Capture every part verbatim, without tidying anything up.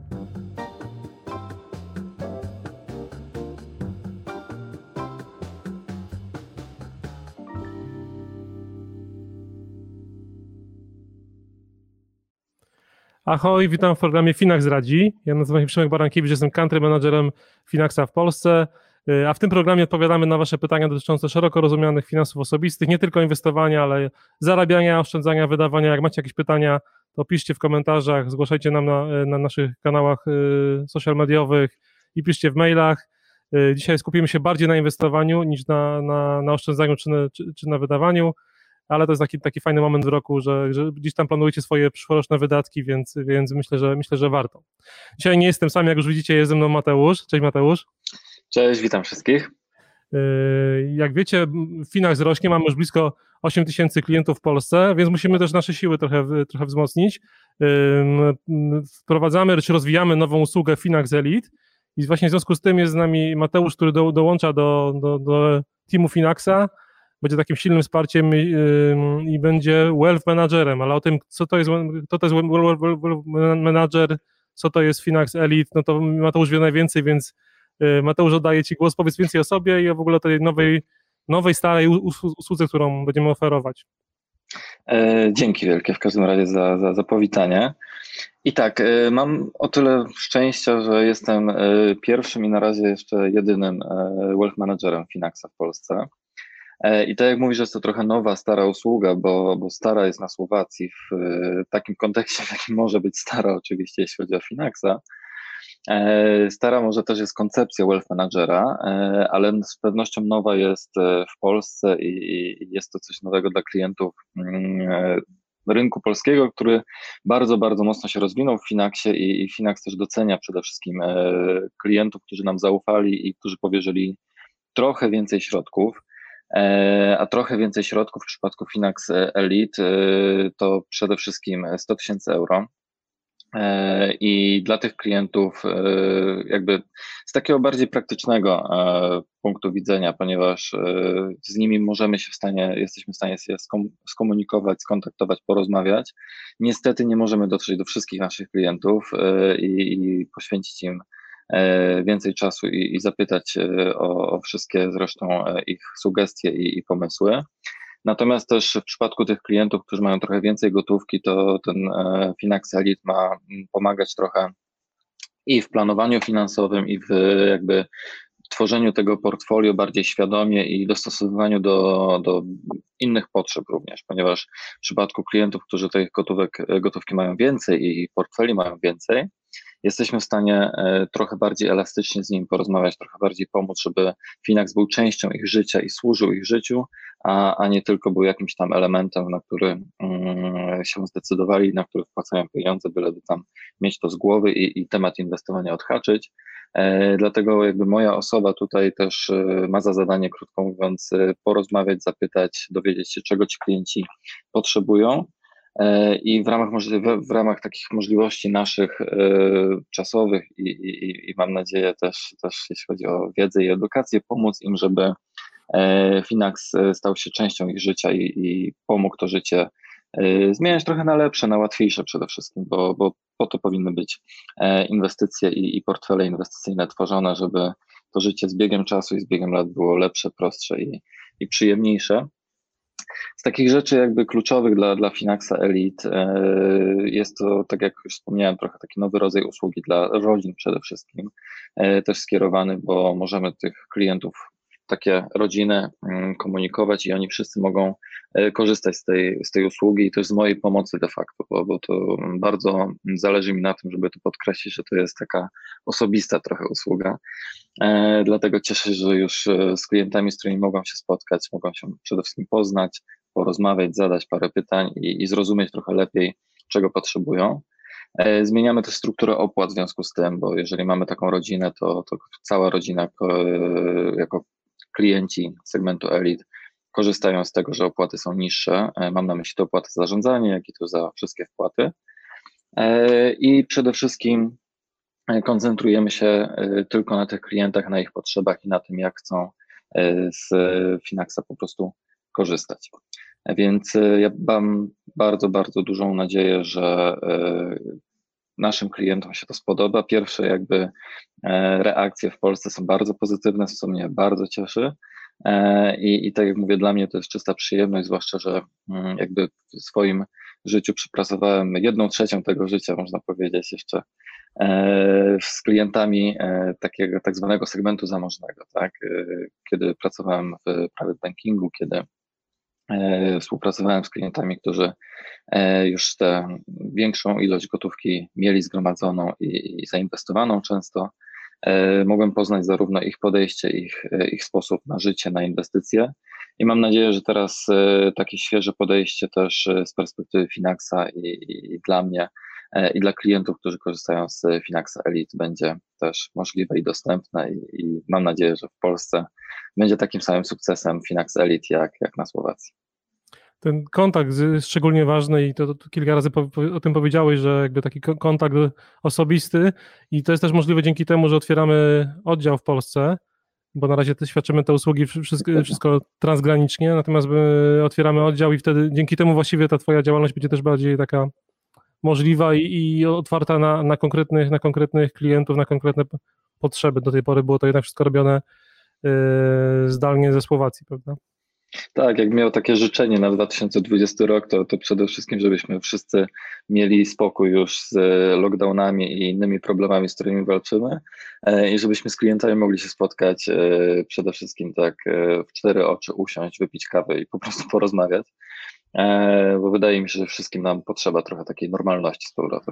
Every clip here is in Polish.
Ahoj, witam w programie Finax Radzi. Ja nazywam się Przemek Barankiewicz, jestem country managerem Finaxa w Polsce, a w tym programie odpowiadamy na wasze pytania dotyczące szeroko rozumianych finansów osobistych, nie tylko inwestowania, ale zarabiania, oszczędzania, wydawania. Jak macie jakieś pytania, to piszcie w komentarzach, zgłaszajcie nam na, na naszych kanałach social mediowych i piszcie w mailach. Dzisiaj skupimy się bardziej na inwestowaniu niż na, na, na oszczędzaniu czy, czy, czy na wydawaniu. Ale to jest taki, taki fajny moment w roku, że, że gdzieś tam planujecie swoje przyszłoroczne wydatki, więc, więc myślę, że myślę, że warto. Dzisiaj nie jestem sam, jak już widzicie, jest ze mną Mateusz. Cześć Mateusz. Cześć, witam wszystkich. Jak wiecie, Finax rośnie, mamy już blisko osiem tysięcy klientów w Polsce, więc musimy też nasze siły trochę, trochę wzmocnić. Wprowadzamy, czy rozwijamy nową usługę Finax Elite i właśnie w związku z tym jest z nami Mateusz, który do, dołącza do, do, do teamu Finaxa. Będzie takim silnym wsparciem i, i będzie wealth managerem, ale o tym, co to jest, kto to jest wealth manager, co to jest Finax Elite, no to Mateusz wie najwięcej, więc Mateusz, oddaję ci głos, powiedz więcej o sobie i o w ogóle tej nowej, nowej starej usłudze, którą będziemy oferować. E, dzięki wielkie w każdym razie za, za, za powitanie. I tak, e, mam o tyle szczęścia, że jestem e, pierwszym i na razie jeszcze jedynym e, wealth managerem Finaxa w Polsce. I tak jak mówisz, że jest to trochę nowa, stara usługa, bo, bo stara jest na Słowacji w takim kontekście, w jakim może być stara oczywiście, jeśli chodzi o Finaxa. Stara może też jest koncepcja wealth managera, ale z pewnością nowa jest w Polsce i, i jest to coś nowego dla klientów rynku polskiego, który bardzo, bardzo mocno się rozwinął w Finaxie i, i Finax też docenia przede wszystkim klientów, którzy nam zaufali i którzy powierzyli trochę więcej środków. A trochę więcej środków w przypadku Finax Elite to przede wszystkim sto tysięcy euro. I dla tych klientów jakby z takiego bardziej praktycznego punktu widzenia, ponieważ z nimi możemy się w stanie, jesteśmy w stanie się skomunikować, skontaktować, porozmawiać. Niestety nie możemy dotrzeć do wszystkich naszych klientów i, i poświęcić im więcej czasu i, i zapytać o, o wszystkie zresztą ich sugestie i, i pomysły. Natomiast też w przypadku tych klientów, którzy mają trochę więcej gotówki, to ten Finax Elite ma pomagać trochę i w planowaniu finansowym, i w jakby tworzeniu tego portfolio bardziej świadomie i dostosowywaniu do, do innych potrzeb również, ponieważ w przypadku klientów, którzy tych gotówek, gotówki mają więcej i portfeli mają więcej, jesteśmy w stanie trochę bardziej elastycznie z nimi porozmawiać, trochę bardziej pomóc, żeby Finax był częścią ich życia i służył ich życiu, a, a nie tylko był jakimś tam elementem, na który um, się zdecydowali, na który wpłacają pieniądze, byleby tam mieć to z głowy i, i temat inwestowania odhaczyć. E, dlatego jakby moja osoba tutaj też e, ma za zadanie, krótko mówiąc, e, porozmawiać, zapytać, dowiedzieć się, czego ci klienci potrzebują. I w ramach, w ramach takich możliwości naszych y, czasowych i, i, i mam nadzieję też, też jeśli chodzi o wiedzę i edukację, pomóc im, żeby y, Finax stał się częścią ich życia i, i pomógł to życie y, zmieniać trochę na lepsze, na łatwiejsze przede wszystkim, bo, bo po to powinny być y, inwestycje i, i portfele inwestycyjne tworzone, żeby to życie z biegiem czasu i z biegiem lat było lepsze, prostsze i, i przyjemniejsze. Z takich rzeczy jakby kluczowych dla, dla Finaxa Elite jest to, tak jak już wspomniałem, trochę taki nowy rodzaj usługi dla rodzin przede wszystkim, też skierowany, bo możemy tych klientów, takie rodziny komunikować i oni wszyscy mogą korzystać z tej, z tej usługi i też z mojej pomocy de facto, bo, bo to bardzo zależy mi na tym, żeby to podkreślić, że to jest taka osobista trochę usługa. E, dlatego cieszę się, że już z klientami, z którymi mogą się spotkać, mogą się przede wszystkim poznać, porozmawiać, zadać parę pytań i, i zrozumieć trochę lepiej, czego potrzebują. E, zmieniamy też strukturę opłat w związku z tym, bo jeżeli mamy taką rodzinę, to, to cała rodzina jako, jako klienci segmentu Elite korzystają z tego, że opłaty są niższe. E, mam na myśli to opłaty za zarządzanie, jak i to za wszystkie wpłaty. E, I przede wszystkim koncentrujemy się tylko na tych klientach, na ich potrzebach i na tym, jak chcą z Finaxa po prostu korzystać. Więc ja mam bardzo, bardzo dużą nadzieję, że naszym klientom się to spodoba. Pierwsze jakby reakcje w Polsce są bardzo pozytywne, co mnie bardzo cieszy. I, I tak jak mówię, dla mnie to jest czysta przyjemność, zwłaszcza, że jakby w swoim życiu przepracowałem jedną trzecią tego życia, można powiedzieć, jeszcze z klientami takiego tak zwanego segmentu zamożnego, tak? Kiedy pracowałem w private bankingu, kiedy współpracowałem z klientami, którzy już tę większą ilość gotówki mieli zgromadzoną i, i zainwestowaną często, mogłem poznać zarówno ich podejście, ich, ich sposób na życie, na inwestycje i mam nadzieję, że teraz takie świeże podejście też z perspektywy Finaxa i, i dla mnie i dla klientów, którzy korzystają z Finaxa Elite będzie też możliwe i dostępne i, i mam nadzieję, że w Polsce będzie takim samym sukcesem Finax Elite jak, jak na Słowacji. Ten kontakt jest szczególnie ważny i to, to kilka razy po, po, o tym powiedziałeś, że jakby taki kontakt osobisty i to jest też możliwe dzięki temu, że otwieramy oddział w Polsce, bo na razie te, świadczymy te usługi wszystko, wszystko transgranicznie, natomiast my otwieramy oddział i wtedy dzięki temu właściwie ta twoja działalność będzie też bardziej taka możliwa i, i otwarta na, na, konkretnych, na konkretnych klientów, na konkretne potrzeby. Do tej pory było to jednak wszystko robione yy, zdalnie ze Słowacji, prawda? Tak, jak miał takie życzenie na dwa tysiące dwudziesty rok, to, to przede wszystkim, żebyśmy wszyscy mieli spokój już z lockdownami i innymi problemami, z którymi walczymy i żebyśmy z klientami mogli się spotkać przede wszystkim tak w cztery oczy, usiąść, wypić kawę i po prostu porozmawiać, bo wydaje mi się, że wszystkim nam potrzeba trochę takiej normalności z powrotem.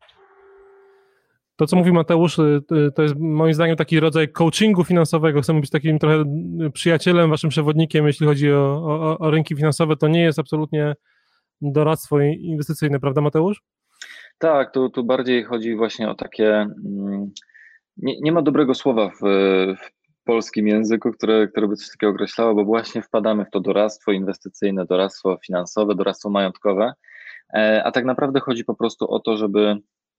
To, co mówi Mateusz, to jest moim zdaniem taki rodzaj coachingu finansowego. Chcemy być takim trochę przyjacielem, waszym przewodnikiem, jeśli chodzi o, o, o rynki finansowe. To nie jest absolutnie doradztwo inwestycyjne, prawda, Mateusz? Tak, tu, tu bardziej chodzi właśnie o takie... Nie, nie ma dobrego słowa w, w polskim języku, które, które by coś takiego określało, bo właśnie wpadamy w to doradztwo inwestycyjne, doradztwo finansowe, doradztwo majątkowe, a tak naprawdę chodzi po prostu o to, żeby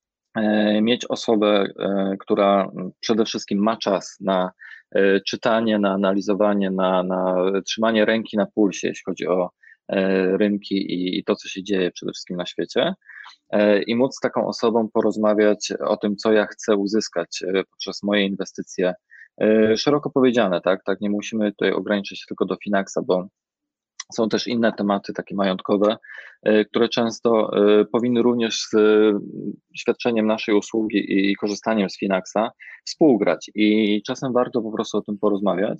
mieć osobę, która przede wszystkim ma czas na czytanie, na analizowanie, na, na trzymanie ręki na pulsie, jeśli chodzi o rynki i, i to, co się dzieje przede wszystkim na świecie i móc z taką osobą porozmawiać o tym, co ja chcę uzyskać poprzez moje inwestycje, szeroko powiedziane, tak, tak, nie musimy tutaj ograniczyć się tylko do Finaxa, bo są też inne tematy, takie majątkowe, które często powinny również z świadczeniem naszej usługi i korzystaniem z Finaxa współgrać i czasem warto po prostu o tym porozmawiać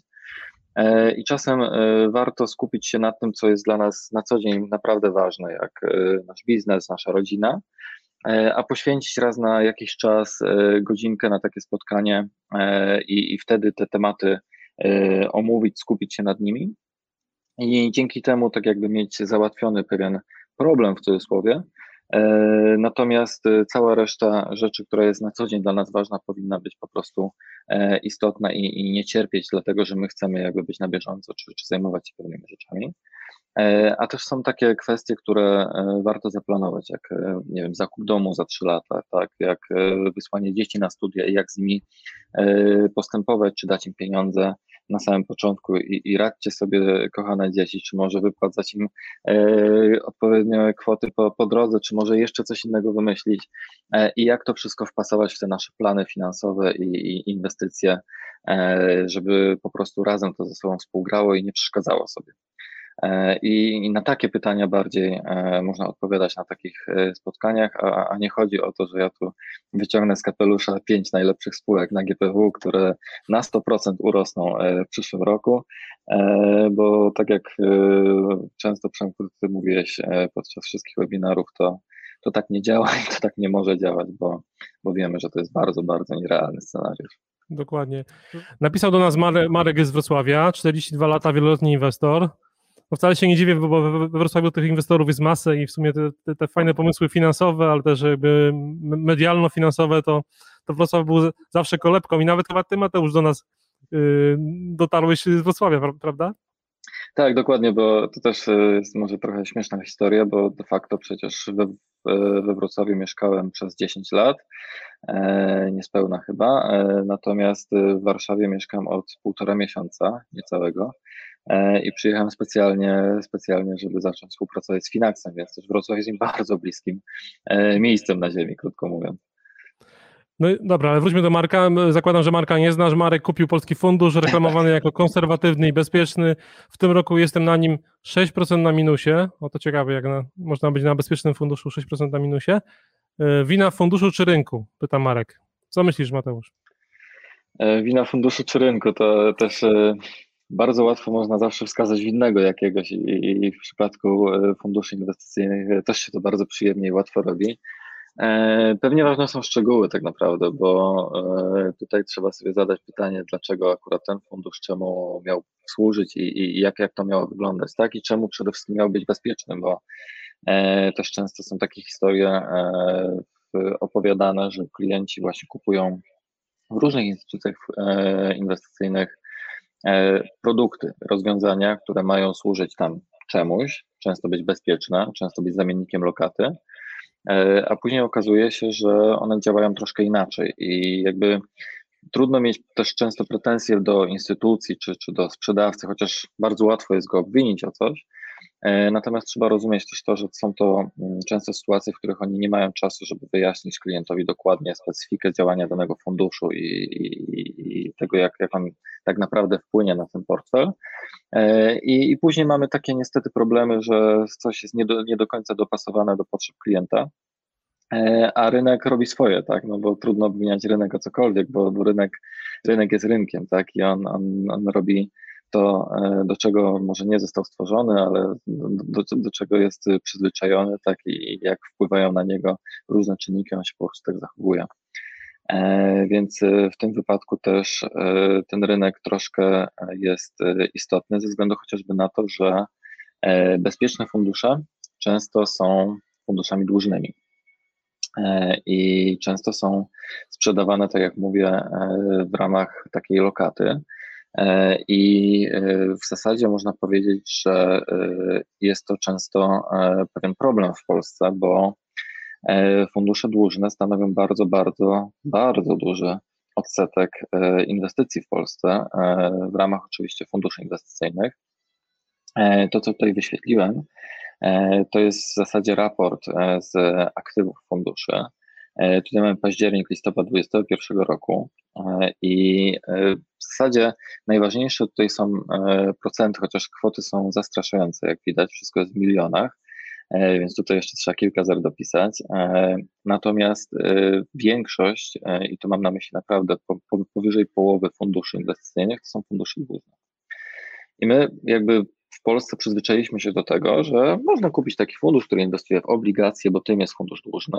i czasem warto skupić się na tym, co jest dla nas na co dzień naprawdę ważne, jak nasz biznes, nasza rodzina, a poświęcić raz na jakiś czas godzinkę na takie spotkanie i, i wtedy te tematy omówić, skupić się nad nimi. I dzięki temu tak jakby mieć załatwiony pewien problem w cudzysłowie, natomiast cała reszta rzeczy, która jest na co dzień dla nas ważna, powinna być po prostu istotna i, i nie cierpieć, dlatego że my chcemy jakby być na bieżąco, czy, czy zajmować się pewnymi rzeczami. A też są takie kwestie, które warto zaplanować, jak nie wiem, zakup domu za trzy lata, tak, jak wysłanie dzieci na studia i jak z nimi postępować, czy dać im pieniądze na samym początku i, i radźcie sobie, kochane dzieci, czy może wypłacać im e, odpowiednie kwoty po, po drodze, czy może jeszcze coś innego wymyślić e, i jak to wszystko wpasować w te nasze plany finansowe i, i inwestycje, e, żeby po prostu razem to ze sobą współgrało i nie przeszkadzało sobie. I na takie pytania bardziej można odpowiadać na takich spotkaniach, a, a nie chodzi o to, że ja tu wyciągnę z kapelusza pięć najlepszych spółek na G P W, które na sto procent urosną w przyszłym roku, bo tak jak często, Przemku, ty mówiłeś podczas wszystkich webinarów, to, to tak nie działa i to tak nie może działać, bo, bo wiemy, że to jest bardzo, bardzo nierealny scenariusz. Dokładnie. Napisał do nas Marek, Marek z Wrocławia, czterdzieści dwa lata, wieloletni inwestor. No wcale się nie dziwię, bo we Wrocławiu tych inwestorów jest masę i w sumie te, te, te fajne pomysły finansowe, ale też jakby medialno-finansowe, to, to Wrocław był zawsze kolebką i nawet chyba ty, Mateusz, do nas yy, dotarłeś z Wrocławia, prawda? Tak, dokładnie, bo to też jest może trochę śmieszna historia, bo de facto przecież we, we Wrocławiu mieszkałem przez dziesięć lat, e, niespełna chyba, e, natomiast w Warszawie mieszkam od półtora miesiąca, niecałego. I przyjechałem specjalnie, specjalnie, żeby zacząć współpracować z Finaxem, więc też Wrocław jest im bardzo bliskim miejscem na ziemi, krótko mówiąc. No i dobra, ale wróćmy do Marka. Zakładam, że Marka nie znasz. Marek kupił polski fundusz, reklamowany jako konserwatywny i bezpieczny. W tym roku jestem na nim sześć procent na minusie. O, to ciekawe, jak na, można być na bezpiecznym funduszu sześć procent na minusie. Wina funduszu czy rynku? Pyta Marek. Co myślisz, Mateusz? Wina funduszu czy rynku to też bardzo łatwo można zawsze wskazać winnego jakiegoś i w przypadku funduszy inwestycyjnych też się to bardzo przyjemnie i łatwo robi. Pewnie ważne są szczegóły tak naprawdę, bo tutaj trzeba sobie zadać pytanie, dlaczego akurat ten fundusz, czemu miał służyć i, i jak, jak to miało wyglądać, tak? I czemu przede wszystkim miał być bezpieczny, bo też często są takie historie opowiadane, że klienci właśnie kupują w różnych instytucjach inwestycyjnych produkty, rozwiązania, które mają służyć tam czemuś, często być bezpieczne, często być zamiennikiem lokaty, a później okazuje się, że one działają troszkę inaczej i jakby trudno mieć też często pretensje do instytucji czy, czy do sprzedawcy, chociaż bardzo łatwo jest go obwinić o coś. Natomiast trzeba rozumieć też to, że są to często sytuacje, w których oni nie mają czasu, żeby wyjaśnić klientowi dokładnie specyfikę działania danego funduszu i, i, i tego, jak, jak on tak naprawdę wpłynie na ten portfel. I, i później mamy takie niestety problemy, że coś jest nie do, nie do końca dopasowane do potrzeb klienta, a rynek robi swoje, tak, no bo trudno obwiniać rynek o cokolwiek, bo, bo rynek, rynek jest rynkiem, tak, i on, on, on robi to, do czego może nie został stworzony, ale do, do, do czego jest przyzwyczajony, tak, i jak wpływają na niego różne czynniki, on się po prostu tak zachowuje. E, więc w tym wypadku też e, ten rynek troszkę jest istotny ze względu chociażby na to, że e, bezpieczne fundusze często są funduszami dłużnymi e, i często są sprzedawane, tak jak mówię, e, w ramach takiej lokaty. I w zasadzie można powiedzieć, że jest to często pewien problem w Polsce, bo fundusze dłużne stanowią bardzo, bardzo, bardzo duży odsetek inwestycji w Polsce w ramach oczywiście funduszy inwestycyjnych. To, co tutaj wyświetliłem, to jest w zasadzie raport z aktywów funduszy. Tutaj mamy październik, listopad dwudziestego pierwszego roku i w zasadzie najważniejsze tutaj są procenty, chociaż kwoty są zastraszające, jak widać, wszystko jest w milionach, więc tutaj jeszcze trzeba kilka zer dopisać. Natomiast większość, i tu mam na myśli naprawdę powyżej połowy funduszy inwestycyjnych, to są fundusze dłużne. I my jakby w Polsce przyzwyczailiśmy się do tego, że można kupić taki fundusz, który inwestuje w obligacje, bo tym jest fundusz dłużny.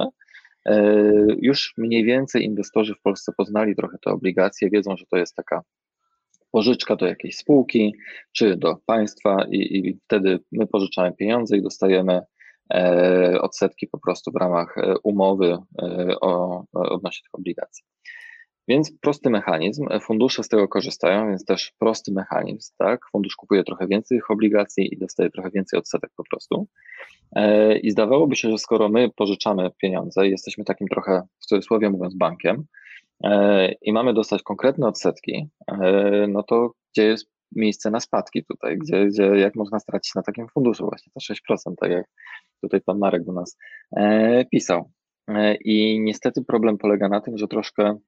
Już mniej więcej inwestorzy w Polsce poznali trochę te obligacje, wiedzą, że to jest taka pożyczka do jakiejś spółki czy do państwa i, i wtedy my pożyczamy pieniądze i dostajemy odsetki po prostu w ramach umowy o, odnośnie tych obligacji. Więc prosty mechanizm, fundusze z tego korzystają, więc też prosty mechanizm, tak? Fundusz kupuje trochę więcej tych obligacji i dostaje trochę więcej odsetek po prostu. I zdawałoby się, że skoro my pożyczamy pieniądze i jesteśmy takim trochę, w cudzysłowie mówiąc, bankiem i mamy dostać konkretne odsetki, no to gdzie jest miejsce na spadki tutaj, gdzie, gdzie jak można stracić na takim funduszu właśnie to sześć procent, tak jak tutaj pan Marek do nas pisał. I niestety problem polega na tym, że troszkę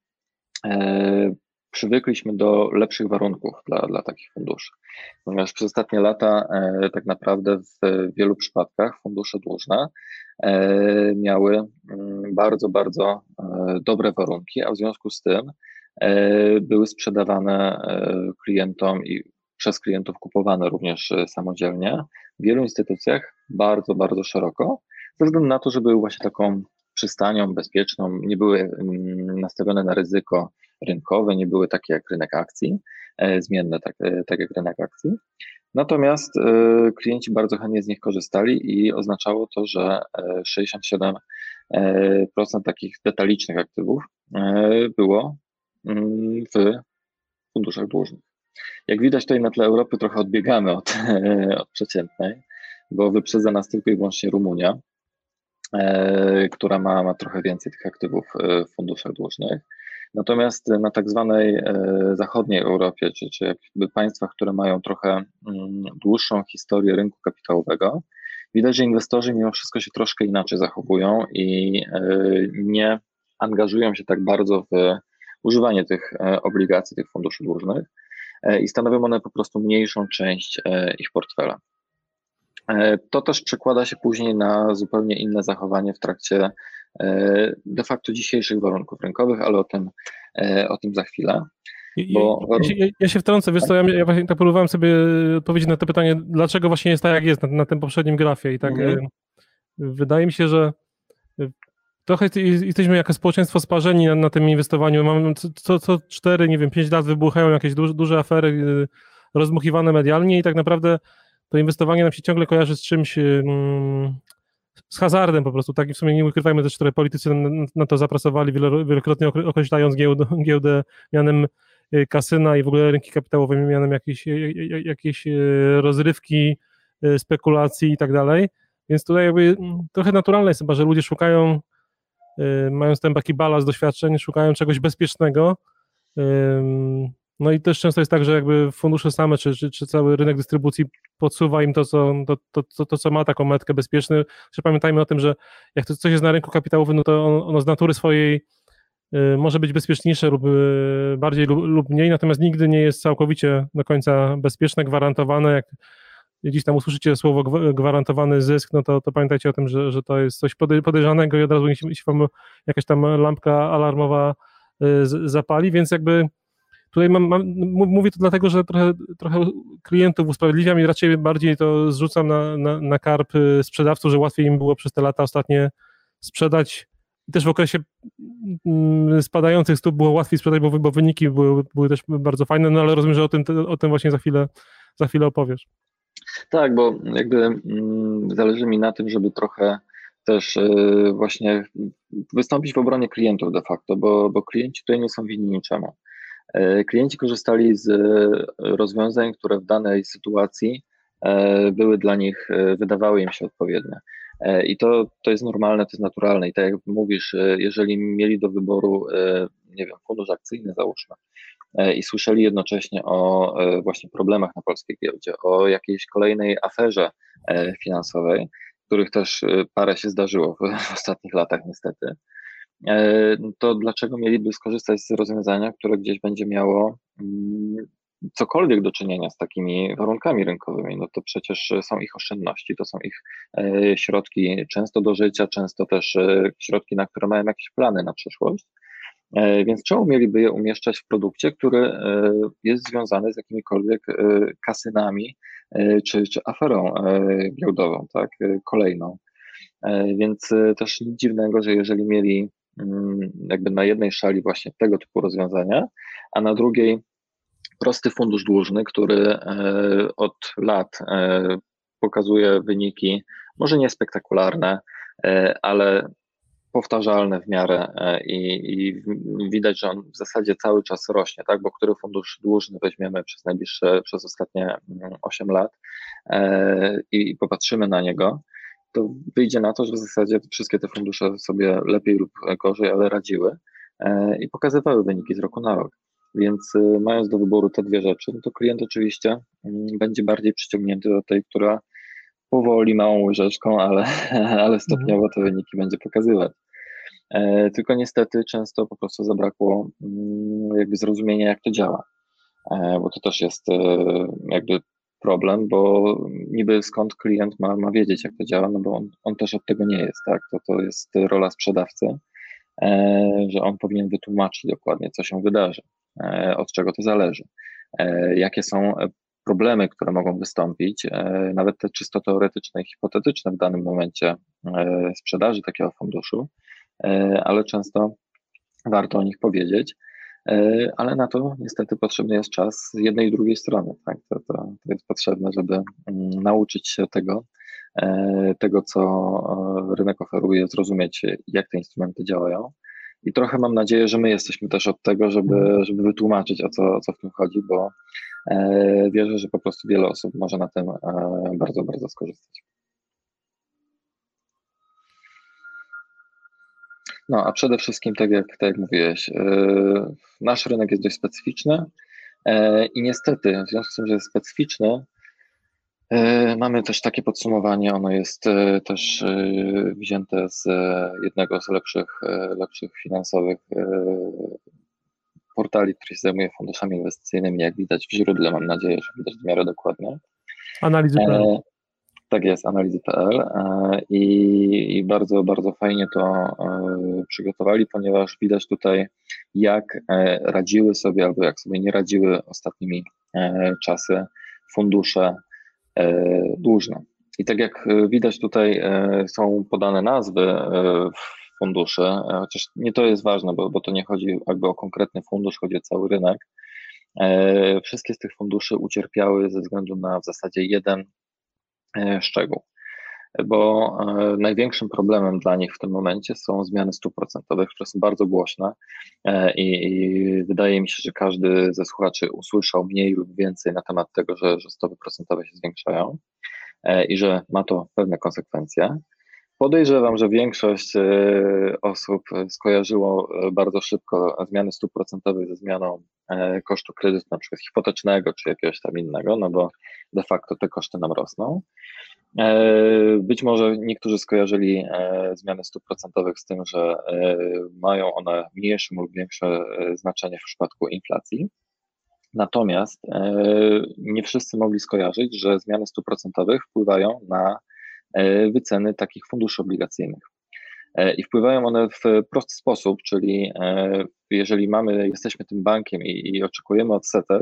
przywykliśmy do lepszych warunków dla, dla takich funduszy, ponieważ przez ostatnie lata tak naprawdę w wielu przypadkach fundusze dłużne miały bardzo, bardzo dobre warunki, a w związku z tym były sprzedawane klientom i przez klientów kupowane również samodzielnie w wielu instytucjach bardzo, bardzo szeroko, ze względu na to, że były właśnie taką przystanią bezpieczną, nie były nastawione na ryzyko rynkowe, nie były takie jak rynek akcji, zmienne tak, tak jak rynek akcji. Natomiast klienci bardzo chętnie z nich korzystali i oznaczało to, że sześćdziesiąt siedem procent takich detalicznych aktywów było w funduszach dłużnych. Jak widać, tutaj na tle Europy trochę odbiegamy od, od przeciętnej, bo wyprzedza nas tylko i wyłącznie Rumunia, która ma, ma trochę więcej tych aktywów w funduszach dłużnych. Natomiast na tak zwanej zachodniej Europie, czy, czy jakby państwach, które mają trochę dłuższą historię rynku kapitałowego, widać, że inwestorzy mimo wszystko się troszkę inaczej zachowują i nie angażują się tak bardzo w używanie tych obligacji, tych funduszy dłużnych i stanowią one po prostu mniejszą część ich portfela. To też przekłada się później na zupełnie inne zachowanie w trakcie de facto dzisiejszych warunków rynkowych, ale o tym, o tym za chwilę. Bo... Ja, się, ja się wtrącę, wiesz co, ja, ja właśnie tak próbowałem sobie odpowiedzieć na to pytanie, dlaczego właśnie jest tak, jak jest na, na tym poprzednim grafie i tak mhm. wydaje mi się, że trochę jesteśmy jako społeczeństwo sparzeni na, na tym inwestowaniu. Mamy co, co cztery, nie wiem, pięć lat wybuchają jakieś duże, duże afery rozmuchiwane medialnie i tak naprawdę to inwestowanie nam się ciągle kojarzy z czymś, mm, z hazardem po prostu, tak i w sumie nie ukrywajmy też, które politycy na, na to zapracowali, wielokrotnie określając giełdę, giełdę mianem kasyna i w ogóle rynki kapitałowe mianem jakiejś, jakiejś rozrywki, spekulacji i tak dalej, więc tutaj jakby trochę naturalne jest chyba, że ludzie szukają, mając ten taki balast doświadczeń, szukają czegoś bezpiecznego. No i też często jest tak, że jakby fundusze same, czy, czy, czy cały rynek dystrybucji podsuwa im to, co, to, to, to, to, co ma taką metkę bezpieczną. Że pamiętajmy o tym, że jak to coś jest na rynku kapitałowym, no to on, ono z natury swojej y, może być bezpieczniejsze lub y, bardziej lub, lub mniej, natomiast nigdy nie jest całkowicie do końca bezpieczne, gwarantowane. Jak gdzieś tam usłyszycie słowo gwarantowany zysk, no to, to pamiętajcie o tym, że, że to jest coś podejrzanego i od razu się, się wam jakaś tam lampka alarmowa y, zapali, więc jakby tutaj mam, mam, mówię to dlatego, że trochę, trochę klientów usprawiedliwiam i raczej bardziej to zrzucam na, na, na karb sprzedawców, że łatwiej im było przez te lata ostatnie sprzedać. I też w okresie spadających stóp było łatwiej sprzedać, bo, bo wyniki były, były też bardzo fajne, no ale rozumiem, że o tym, o tym właśnie za chwilę, za chwilę opowiesz. Tak, bo jakby mm, zależy mi na tym, żeby trochę też yy, właśnie wystąpić w obronie klientów de facto, bo, bo klienci tutaj nie są winni niczemu. Klienci korzystali z rozwiązań, które w danej sytuacji były dla nich, wydawały im się odpowiednie. I to, to jest normalne, to jest naturalne. I tak jak mówisz, jeżeli mieli do wyboru, nie wiem, fundusz akcyjny załóżmy i słyszeli jednocześnie o właśnie problemach na polskiej giełdzie, o jakiejś kolejnej aferze finansowej, których też parę się zdarzyło w ostatnich latach niestety, to dlaczego mieliby skorzystać z rozwiązania, które gdzieś będzie miało cokolwiek do czynienia z takimi warunkami rynkowymi? No to przecież są ich oszczędności, to są ich środki często do życia, często też środki, na które mają jakieś plany na przyszłość. Więc czemu mieliby je umieszczać w produkcie, który jest związany z jakimikolwiek kasynami czy, czy aferą giełdową, tak, kolejną? Więc też nic dziwnego, że jeżeli mieli jakby na jednej szali właśnie tego typu rozwiązania, a na drugiej prosty fundusz dłużny, który od lat pokazuje wyniki, może nie spektakularne, ale powtarzalne w miarę i, i widać, że on w zasadzie cały czas rośnie, tak? Bo który fundusz dłużny weźmiemy przez najbliższe, przez ostatnie osiem lat i popatrzymy na niego, to wyjdzie na to, że w zasadzie wszystkie te fundusze sobie lepiej lub gorzej, ale radziły i pokazywały wyniki z roku na rok. Więc mając do wyboru te dwie rzeczy, no to klient oczywiście będzie bardziej przyciągnięty do tej, która powoli, małą łyżeczką, ale, ale stopniowo te wyniki będzie pokazywać. Tylko niestety często po prostu zabrakło jakby zrozumienia, jak to działa, bo to też jest jakby problem, bo niby skąd klient ma, ma wiedzieć, jak to działa, no bo on, on też od tego nie jest, tak? To, to jest rola sprzedawcy, że on powinien wytłumaczyć dokładnie, co się wydarzy, od czego to zależy, jakie są problemy, które mogą wystąpić, nawet te czysto teoretyczne i hipotetyczne w danym momencie sprzedaży takiego funduszu, ale często warto o nich powiedzieć, ale na to niestety potrzebny jest czas z jednej i drugiej strony. Tak? To, to, to jest potrzebne, żeby nauczyć się tego, tego, co rynek oferuje, zrozumieć, jak te instrumenty działają. I trochę mam nadzieję, że my jesteśmy też od tego, żeby, żeby wytłumaczyć, o co, o co w tym chodzi, bo wierzę, że po prostu wiele osób może na tym bardzo, bardzo skorzystać. No, a przede wszystkim, tak jak, tak jak mówiłeś, nasz rynek jest dość specyficzny i niestety, w związku z tym, że jest specyficzny, Mamy też takie podsumowanie, ono jest też wzięte z jednego z lepszych, lepszych finansowych portali, który się zajmuje funduszami inwestycyjnymi, jak widać w źródle, mam nadzieję, że widać w miarę dokładnie. Analizy.pl. E, tak jest, analizy.pl e, i, i bardzo, bardzo fajnie to e, przygotowali, ponieważ widać tutaj, jak e, radziły sobie albo jak sobie nie radziły ostatnimi e, czasy fundusze e, dłużne. I tak jak widać tutaj e, są podane nazwy e, funduszy, chociaż nie to jest ważne, bo, bo to nie chodzi jakby o konkretny fundusz, chodzi o cały rynek. E, wszystkie z tych funduszy ucierpiały ze względu na w zasadzie jeden e, szczegół, bo e, największym problemem dla nich w tym momencie są zmiany stóp procentowych, które są bardzo głośne e, i, i wydaje mi się, że każdy ze słuchaczy usłyszał mniej lub więcej na temat tego, że, że stopy procentowe się zwiększają e, i że ma to pewne konsekwencje. Podejrzewam, że większość e, osób skojarzyło e, bardzo szybko zmiany stóp procentowych ze zmianą e, kosztu kredytu, na przykład hipotecznego czy jakiegoś tam innego, no bo de facto te koszty nam rosną. E, Być może niektórzy skojarzyli e, zmiany stóp procentowych z tym, że e, mają one mniejsze lub większe e, znaczenie w przypadku inflacji. Natomiast e, nie wszyscy mogli skojarzyć, że zmiany stóp procentowych wpływają na e, wyceny takich funduszy obligacyjnych. E, I wpływają one w prosty sposób, czyli e, jeżeli mamy, jesteśmy tym bankiem i, i oczekujemy odsetek,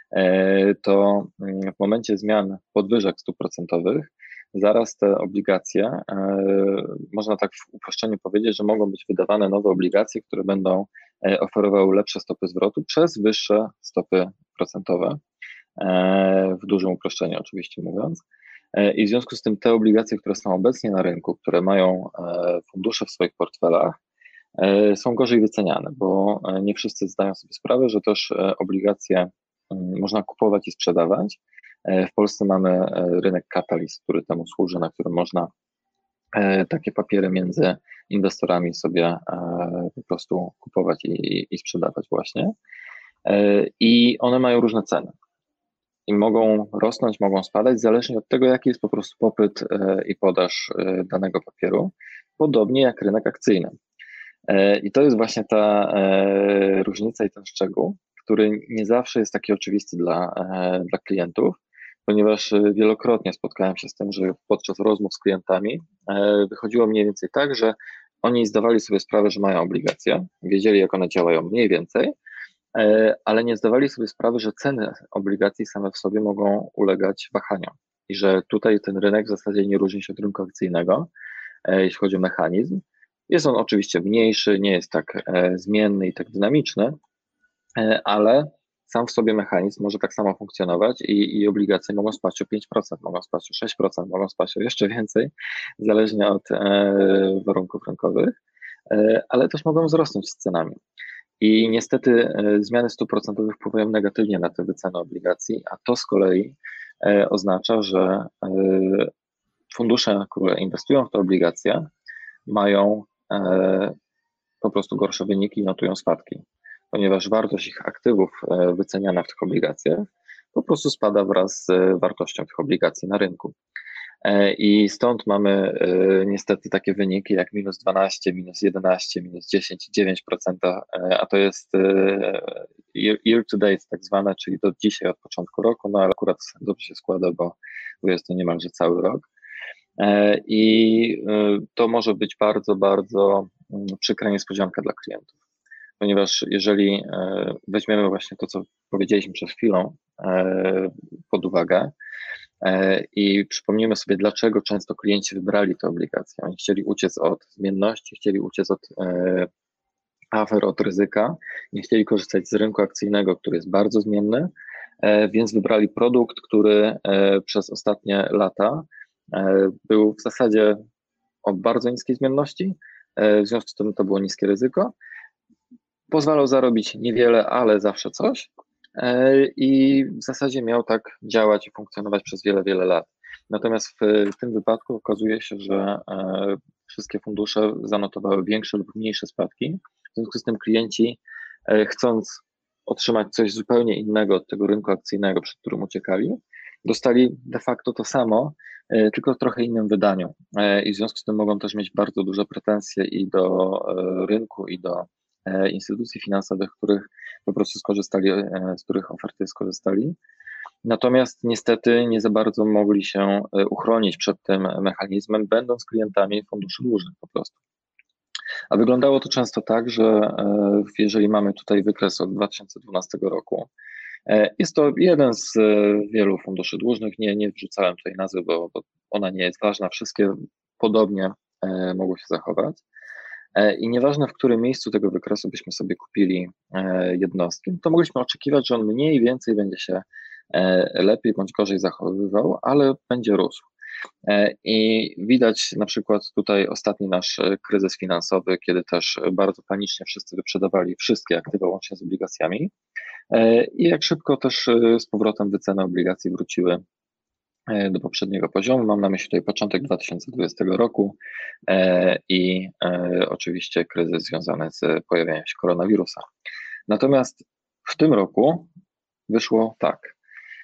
e, to mm, w momencie zmian podwyżek stóp procentowych, zaraz te obligacje, e, można tak w uproszczeniu powiedzieć, że mogą być wydawane nowe obligacje, które będą e, oferowały lepsze stopy zwrotu przez wyższe stopy procentowe, e, w dużym uproszczeniu oczywiście mówiąc. E, I w związku z tym te obligacje, które są obecnie na rynku, które mają e, fundusze w swoich portfelach, e, są gorzej wyceniane, bo e, nie wszyscy zdają sobie sprawę, że też e, obligacje mm, można kupować i sprzedawać. E, W Polsce mamy e, rynek Catalyst, który temu służy, na którym można e, takie papiery między inwestorami sobie e, po prostu kupować i, i sprzedawać właśnie. E, I one mają różne ceny i mogą rosnąć, mogą spadać, zależnie od tego, jaki jest po prostu popyt e, i podaż e, danego papieru, podobnie jak rynek akcyjny. E, I to jest właśnie ta e, różnica i ten szczegół, który nie zawsze jest taki oczywisty dla, e, dla klientów, ponieważ wielokrotnie spotkałem się z tym, że podczas rozmów z klientami e, wychodziło mniej więcej tak, że oni zdawali sobie sprawę, że mają obligacje, wiedzieli, jak one działają mniej więcej, ale nie zdawali sobie sprawy, że ceny obligacji same w sobie mogą ulegać wahaniom i że tutaj ten rynek w zasadzie nie różni się od rynku akcyjnego, jeśli chodzi o mechanizm. Jest on oczywiście mniejszy, nie jest tak zmienny i tak dynamiczny, ale sam w sobie mechanizm może tak samo funkcjonować i, i obligacje mogą spaść o pięć procent, mogą spaść o sześć procent, mogą spaść o jeszcze więcej, zależnie od e, warunków rynkowych, e, ale też mogą wzrosnąć z cenami. I niestety e, zmiany stóp procentowych wpływają negatywnie na te wyceny obligacji, a to z kolei e, oznacza, że e, fundusze, które inwestują w te obligacje, mają e, po prostu gorsze wyniki i notują spadki, ponieważ wartość ich aktywów e, wyceniana w tych obligacjach po prostu spada wraz z wartością tych obligacji na rynku. I stąd mamy e, niestety takie wyniki jak minus dwanaście, minus jedenaście, minus dziesięć, dziewięć procent, a to jest e, year, year to date tak zwane, czyli do dzisiaj od początku roku, no ale akurat dobrze się składa, bo, bo jest to niemalże cały rok. E, I e, to może być bardzo, bardzo mm, przykra niespodzianka dla klientów, ponieważ jeżeli e, weźmiemy właśnie to, co powiedzieliśmy przed chwilą e, pod uwagę, i przypomnijmy sobie, dlaczego często klienci wybrali te obligacje. Oni chcieli uciec od zmienności, chcieli uciec od e, afer, od ryzyka, nie chcieli korzystać z rynku akcyjnego, który jest bardzo zmienny, e, więc wybrali produkt, który e, przez ostatnie lata e, był w zasadzie o bardzo niskiej zmienności, e, w związku z tym to było niskie ryzyko. Pozwalał zarobić niewiele, ale zawsze coś. I w zasadzie miał tak działać i funkcjonować przez wiele, wiele lat. Natomiast w, w tym wypadku okazuje się, że e, wszystkie fundusze zanotowały większe lub mniejsze spadki. W związku z tym klienci, e, chcąc otrzymać coś zupełnie innego od tego rynku akcyjnego, przed którym uciekali, dostali de facto to samo, tylko w trochę innym wydaniu i w związku z tym mogą też mieć bardzo duże pretensje i do rynku, i do instytucji finansowych, których po prostu skorzystali, z których oferty skorzystali. Natomiast niestety nie za bardzo mogli się uchronić przed tym mechanizmem, będąc klientami funduszy dłużnych po prostu. A wyglądało to często tak, że jeżeli mamy tutaj wykres od dwa tysiące dwunastego roku, jest to jeden z wielu funduszy dłużnych, nie, nie wrzucałem tutaj nazwy, bo, bo ona nie jest ważna, wszystkie podobnie mogły się zachować. I nieważne, w którym miejscu tego wykresu byśmy sobie kupili jednostki, to mogliśmy oczekiwać, że on mniej więcej będzie się lepiej bądź gorzej zachowywał, ale będzie rósł. I widać na przykład tutaj ostatni nasz kryzys finansowy, kiedy też bardzo panicznie wszyscy wyprzedawali wszystkie aktywa łącznie z obligacjami i jak szybko też z powrotem wyceny obligacji wróciły do poprzedniego poziomu. Mam na myśli tutaj początek dwa tysiące dwudziestego roku i oczywiście kryzys związany z pojawieniem się koronawirusa. Natomiast w tym roku wyszło tak.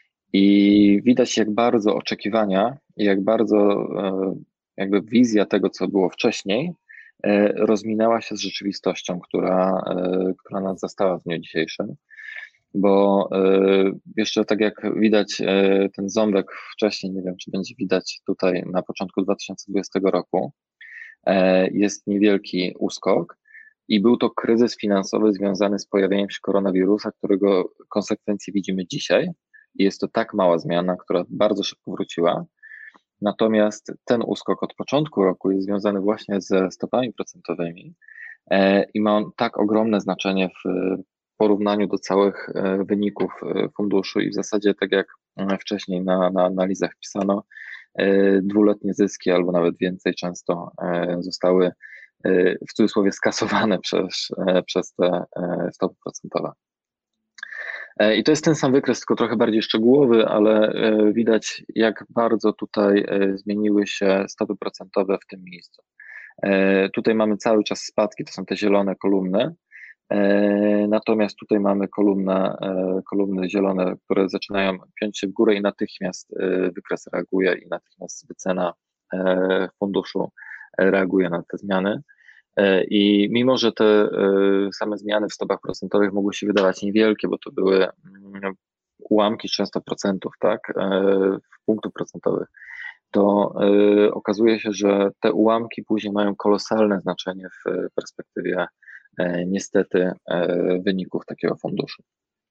I widać, jak bardzo oczekiwania i jak bardzo jakby wizja tego, co było wcześniej, rozminęła się z rzeczywistością, która, która nas zastała w dniu dzisiejszym. Bo jeszcze tak jak widać ten ząbek wcześniej, nie wiem, czy będzie widać tutaj na początku dwa tysiące dwudziestego roku, jest niewielki uskok i był to kryzys finansowy związany z pojawieniem się koronawirusa, którego konsekwencje widzimy dzisiaj. I jest to tak mała zmiana, która bardzo szybko wróciła. Natomiast ten uskok od początku roku jest związany właśnie ze stopami procentowymi i ma on tak ogromne znaczenie w porównaniu do całych wyników funduszu i w zasadzie tak jak wcześniej na, na analizach pisano, dwuletnie zyski albo nawet więcej często zostały w cudzysłowie skasowane przez, przez te stopy procentowe. I to jest ten sam wykres, tylko trochę bardziej szczegółowy, ale widać, jak bardzo tutaj zmieniły się stopy procentowe w tym miejscu. Tutaj mamy cały czas spadki, to są te zielone kolumny, natomiast tutaj mamy kolumnę, kolumny zielone, które zaczynają piąć się w górę i natychmiast wykres reaguje i natychmiast wycena funduszu reaguje na te zmiany. I mimo, że te same zmiany w stopach procentowych mogły się wydawać niewielkie, bo to były ułamki często procentów, tak, punktów procentowych, to okazuje się, że te ułamki później mają kolosalne znaczenie w perspektywie niestety wyników takiego funduszu.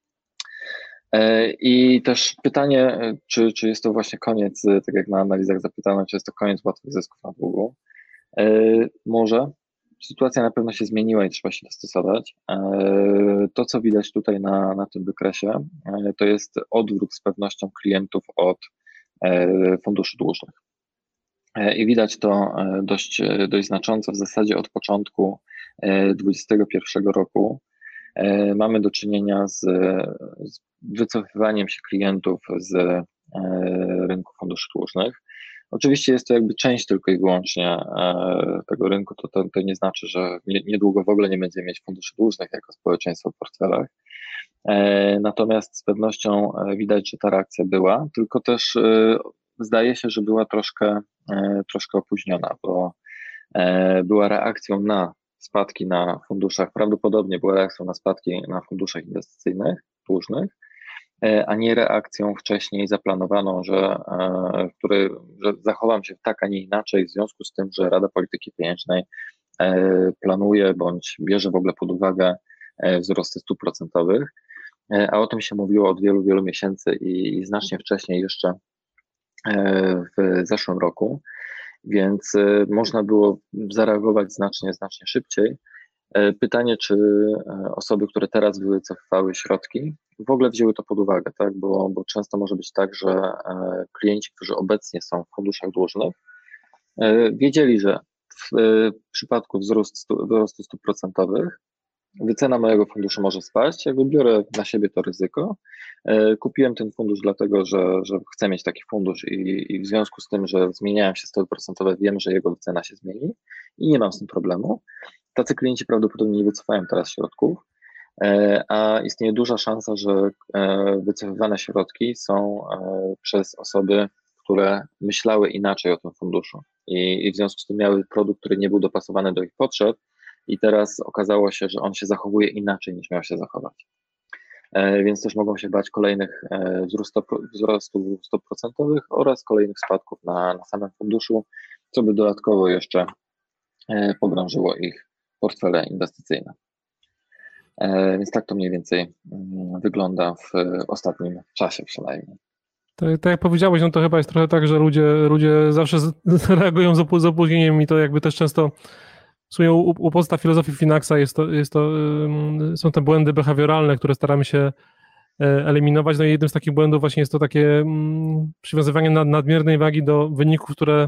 I też pytanie, czy, czy jest to właśnie koniec, tak jak na analizach zapytano, czy jest to koniec łatwych zysków na długu? Może. Sytuacja na pewno się zmieniła i trzeba się dostosować. To, co widać tutaj na, na tym wykresie, to jest odwrót z pewnością klientów od funduszy dłużnych. I widać to dość, dość znacząco w zasadzie od początku dwudziestego pierwszego roku. Mamy do czynienia z, z wycofywaniem się klientów z rynku funduszy dłużnych. Oczywiście jest to jakby część tylko i wyłącznie tego rynku, to, to, to nie znaczy, że niedługo w ogóle nie będziemy mieć funduszy dłużnych jako społeczeństwo w portfelach. Natomiast z pewnością widać, że ta reakcja była, tylko też zdaje się, że była troszkę, troszkę opóźniona, bo była reakcją na spadki na funduszach, prawdopodobnie była reakcją na spadki na funduszach inwestycyjnych, dłużnych, a nie reakcją wcześniej zaplanowaną, że, który, że zachowam się tak, a nie inaczej w związku z tym, że Rada Polityki Pieniężnej planuje bądź bierze w ogóle pod uwagę wzrosty stóp procentowych, a o tym się mówiło od wielu, wielu miesięcy i, i znacznie wcześniej jeszcze w zeszłym roku, więc można było zareagować znacznie, znacznie szybciej. Pytanie, czy osoby, które teraz wycofywały środki, w ogóle wzięły to pod uwagę, tak? Bo, bo często może być tak, że klienci, którzy obecnie są w funduszach dłużnych, wiedzieli, że w przypadku wzrostu, wzrostu stóp procentowych wycena mojego funduszu może spaść, jakby biorę na siebie to ryzyko. Kupiłem ten fundusz dlatego, że, że chcę mieć taki fundusz i, i w związku z tym, że zmieniają się stopy procentowe, wiem, że jego wycena się zmieni i nie mam z tym problemu. Tacy klienci prawdopodobnie nie wycofają teraz środków, a istnieje duża szansa, że wycofywane środki są przez osoby, które myślały inaczej o tym funduszu i, i w związku z tym miały produkt, który nie był dopasowany do ich potrzeb i teraz okazało się, że on się zachowuje inaczej niż miał się zachować. Więc też mogą się bać kolejnych wzrostów stóp procentowych oraz kolejnych spadków na, na samym funduszu, co by dodatkowo jeszcze pogrążyło ich portfele inwestycyjne. Więc tak to mniej więcej wygląda w ostatnim czasie przynajmniej. Tak, tak jak powiedziałeś, no to chyba jest trochę tak, że ludzie, ludzie zawsze z, reagują z, z opóźnieniem i to jakby też często w sumie u, u podstaw filozofii Finaxa jest to, jest to, są te błędy behawioralne, które staramy się eliminować. No i jednym z takich błędów właśnie jest to takie przywiązywanie nad, nadmiernej wagi do wyników, które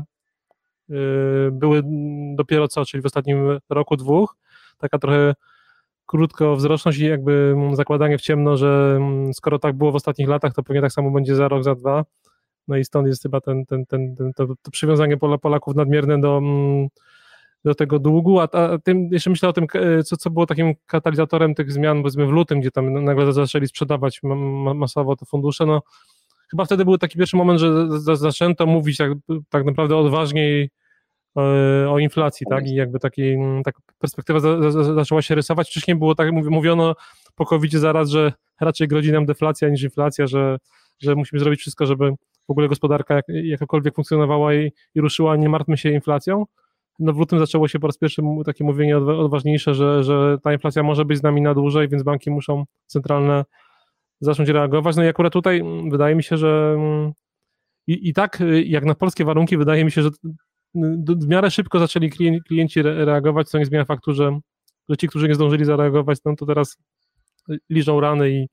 były dopiero co, czyli w ostatnim roku, dwóch. Taka trochę krótkowzroczność i jakby zakładanie w ciemno, że skoro tak było w ostatnich latach, to pewnie tak samo będzie za rok, za dwa. No i stąd jest chyba ten, ten, ten, ten, to, to przywiązanie Polaków nadmierne do, do tego długu, a, a tym jeszcze myślę o tym, co, co było takim katalizatorem tych zmian, powiedzmy w lutym, gdzie tam nagle zaczęli sprzedawać masowo te fundusze, no chyba wtedy był taki pierwszy moment, że zaczęto mówić tak, tak naprawdę odważniej o inflacji, tak, i jakby taki, taka perspektywa za, za, zaczęła się rysować. Wcześniej było tak, mówiono po kowidzie zaraz, że raczej grozi nam deflacja niż inflacja, że, że musimy zrobić wszystko, żeby w ogóle gospodarka jak, jakakolwiek funkcjonowała i, i ruszyła, nie martwmy się inflacją. No w lutym zaczęło się po raz pierwszy takie mówienie odważniejsze, że, że ta inflacja może być z nami na dłużej, więc banki muszą centralne zacząć reagować. No i akurat tutaj wydaje mi się, że i, i tak jak na polskie warunki wydaje mi się, że w miarę szybko zaczęli klienci reagować, co nie zmienia faktu, że, że ci, którzy nie zdążyli zareagować, no to teraz liżą rany i,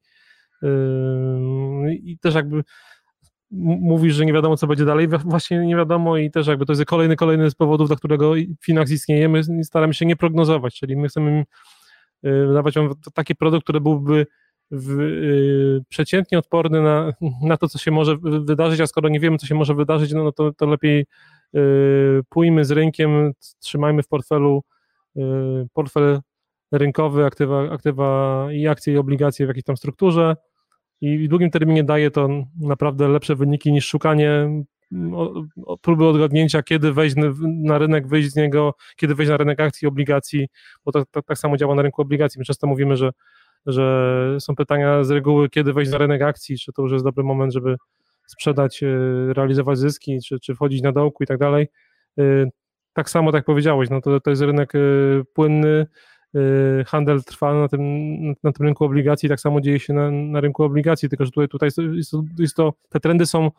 yy, i też jakby mówisz, że nie wiadomo, co będzie dalej, właśnie nie wiadomo i też jakby to jest kolejny, kolejny z powodów, dla którego Finax istnieje, my staramy się nie prognozować, czyli my chcemy dawać wam taki produkt, który byłby w, yy, przeciętnie odporny na, na to, co się może wydarzyć, a skoro nie wiemy, co się może wydarzyć, no, no to, to lepiej yy, pójmy z rynkiem, trzymajmy w portfelu yy, portfel rynkowy, aktywa, aktywa i akcje i obligacje w jakiejś tam strukturze i w długim terminie daje to naprawdę lepsze wyniki niż szukanie o, o, próby odgadnięcia, kiedy wejść na rynek, wyjść z niego, kiedy wejść na rynek akcji i obligacji, bo to, to tak samo działa na rynku obligacji. My często mówimy, że że są pytania z reguły, kiedy wejść na rynek akcji, czy to już jest dobry moment, żeby sprzedać, realizować zyski, czy, czy wchodzić na dołku i tak dalej. Tak samo, tak jak powiedziałeś, no to, to jest rynek płynny, handel trwa na tym, na tym rynku obligacji, tak samo dzieje się na, na rynku obligacji, tylko że tutaj, tutaj jest, to, jest to, te trendy są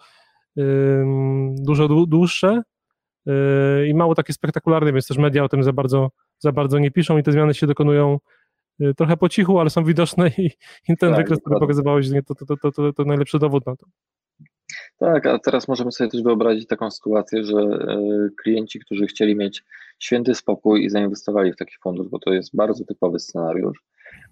dużo dłuższe i mało takie spektakularne, więc też media o tym za bardzo, za bardzo nie piszą i te zmiany się dokonują trochę po cichu, ale są widoczne i, i ten tak, wykres, który pokazywałeś, to, to, to, to, to najlepszy dowód na to. Tak, a teraz możemy sobie też wyobrazić taką sytuację, że klienci, którzy chcieli mieć święty spokój i zainwestowali w taki fundusz, bo to jest bardzo typowy scenariusz,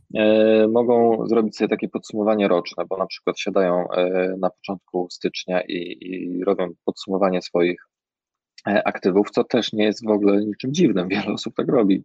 mogą zrobić sobie takie podsumowanie roczne, bo na przykład siadają na początku stycznia i, i robią podsumowanie swoich aktywów, co też nie jest w ogóle niczym dziwnym, wiele osób tak robi.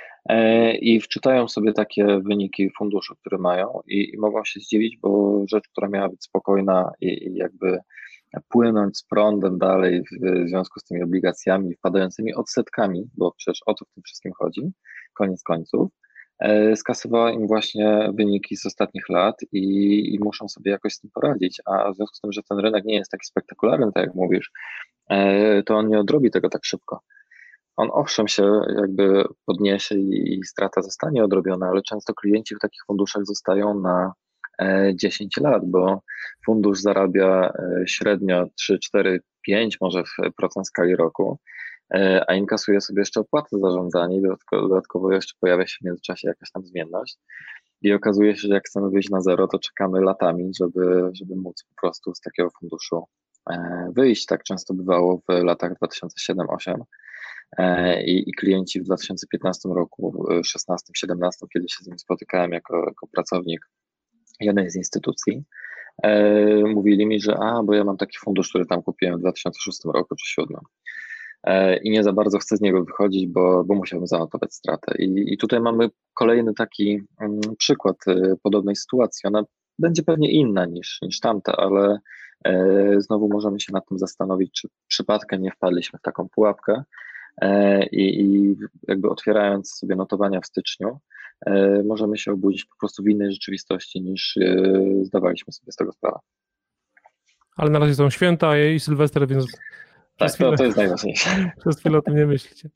I wczytają sobie takie wyniki funduszu, które mają i, i mogą się zdziwić, bo rzecz, która miała być spokojna i, i jakby płynąć z prądem dalej w, w związku z tymi obligacjami wpadającymi odsetkami, bo przecież o to w tym wszystkim chodzi, koniec końców, e, skasowała im właśnie wyniki z ostatnich lat i, i muszą sobie jakoś z tym poradzić, a w związku z tym, że ten rynek nie jest taki spektakularny, tak jak mówisz, e, to on nie odrobi tego tak szybko. On owszem się jakby podniesie i strata zostanie odrobiona, ale często klienci w takich funduszach zostają na dziesięć lat, bo fundusz zarabia średnio trzy, cztery, pięć może w procent skali roku, a inkasuje sobie jeszcze opłaty za zarządzanie i dodatkowo, dodatkowo jeszcze pojawia się w międzyczasie jakaś tam zmienność i okazuje się, że jak chcemy wyjść na zero, to czekamy latami, żeby, żeby móc po prostu z takiego funduszu wyjść. Tak często bywało w latach dwa tysiące siódmy osiem. I, i klienci w dwa tysiące piętnastym roku, szesnastym, siedemnastym, kiedy się z nimi spotykałem jako, jako pracownik jednej z instytucji, e, mówili mi, że a, bo ja mam taki fundusz, który tam kupiłem w dwa tysiące szóstym roku czy dwa tysiące siódmym. i nie za bardzo chcę z niego wychodzić, bo, bo musiałbym zanotować stratę. I, I tutaj mamy kolejny taki um, przykład podobnej sytuacji. Ona będzie pewnie inna niż, niż tamta, ale e, znowu możemy się nad tym zastanowić, czy przypadkiem nie wpadliśmy w taką pułapkę e, i, i jakby otwierając sobie notowania w styczniu, e, możemy się obudzić po prostu w innej rzeczywistości niż e, zdawaliśmy sobie z tego sprawę. Ale na razie są święta i Sylwester, więc tak, przez chwilę, to, to jest najważniejsze. Przez chwilę o tym nie myślicie.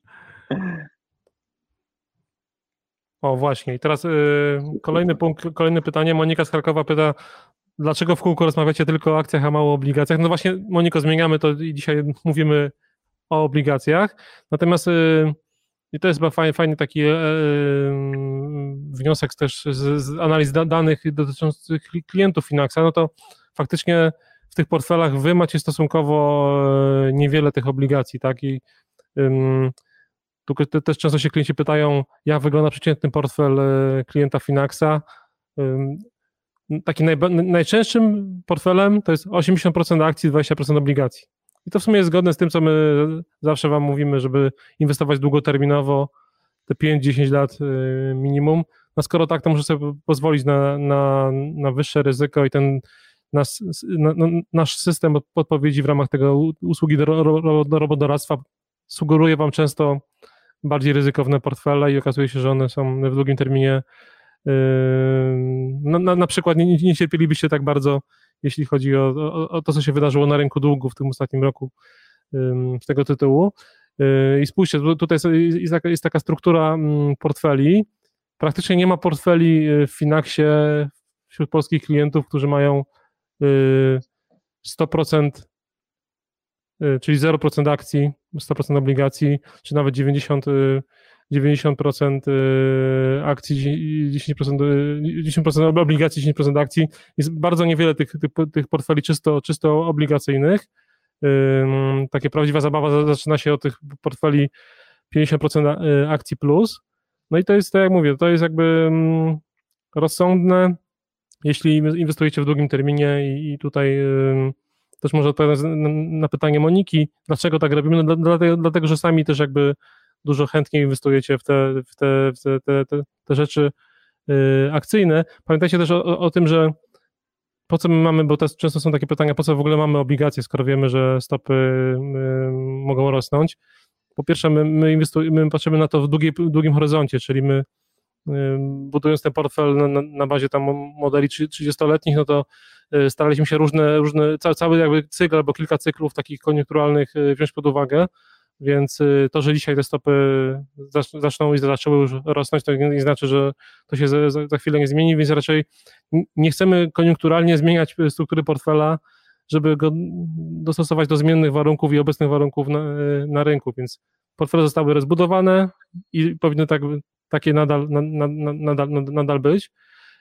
O właśnie, i teraz y, kolejny punkt, kolejne pytanie. Monika z Krakowa pyta, dlaczego w kółko rozmawiacie tylko o akcjach, a mało o obligacjach? No właśnie, Moniko, zmieniamy to i dzisiaj mówimy o obligacjach. Natomiast y, i to jest chyba fajny, fajny taki y, wniosek też z, z analiz da, danych dotyczących klientów Finaxa, no to faktycznie w tych portfelach wy macie stosunkowo niewiele tych obligacji, tak? I ym, tu też często się klienci pytają, jak wygląda przeciętny portfel klienta Finaxa. Ym, takim najba, najczęstszym portfelem to jest osiemdziesiąt procent akcji, dwadzieścia procent obligacji. I to w sumie jest zgodne z tym, co my zawsze wam mówimy, żeby inwestować długoterminowo, te pięć do dziesięciu lat minimum. No skoro tak, to muszę sobie pozwolić na, na, na wyższe ryzyko i ten Nasz, na, nasz system podpowiedzi w ramach tego usługi do, do, do robodoradztwa sugeruje wam często bardziej ryzykowne portfele i okazuje się, że one są w długim terminie. Yy, na, na, na przykład nie, nie cierpielibyście tak bardzo, jeśli chodzi o, o, o to, co się wydarzyło na rynku długów w tym ostatnim roku yy, z tego tytułu. Yy, I spójrzcie, tutaj jest, jest, taka, jest taka struktura portfeli. Praktycznie nie ma portfeli w Finaxie wśród polskich klientów, którzy mają sto procent, czyli zero procent akcji, sto procent obligacji, czy nawet dziewięćdziesiąt procent, dziewięćdziesiąt procent akcji, dziesięć procent, dziesięć procent obligacji, dziesięć procent akcji. Jest bardzo niewiele tych, tych, tych portfeli czysto, czysto obligacyjnych. Takie prawdziwa zabawa zaczyna się od tych portfeli pięćdziesiąt procent akcji plus. No i to jest, tak jak mówię, to jest jakby rozsądne, jeśli inwestujecie w długim terminie i, i tutaj y, też może odpowiadać na, na pytanie Moniki, dlaczego tak robimy, no, dlatego, dlatego, że sami też jakby dużo chętniej inwestujecie w te, w te, w te, te, te, te rzeczy y, akcyjne. Pamiętajcie też o, o tym, że po co my mamy, bo też często są takie pytania, po co w ogóle mamy obligacje, skoro wiemy, że stopy y, mogą rosnąć. Po pierwsze, my, my, inwestujemy, my patrzymy na to w długiej, długim horyzoncie, czyli my budując ten portfel na, na, na bazie tam modeli trzydziestoletnich, no to staraliśmy się różne, różne cały, cały jakby cykl albo kilka cyklów takich koniunkturalnych wziąć pod uwagę, więc to, że dzisiaj te stopy zaczną i zaczęły już rosnąć, to nie znaczy, że to się za, za chwilę nie zmieni, więc raczej nie chcemy koniunkturalnie zmieniać struktury portfela, żeby go dostosować do zmiennych warunków i obecnych warunków na, na rynku, więc portfele zostały rozbudowane i powinny tak takie nadal, nadal, nadal być,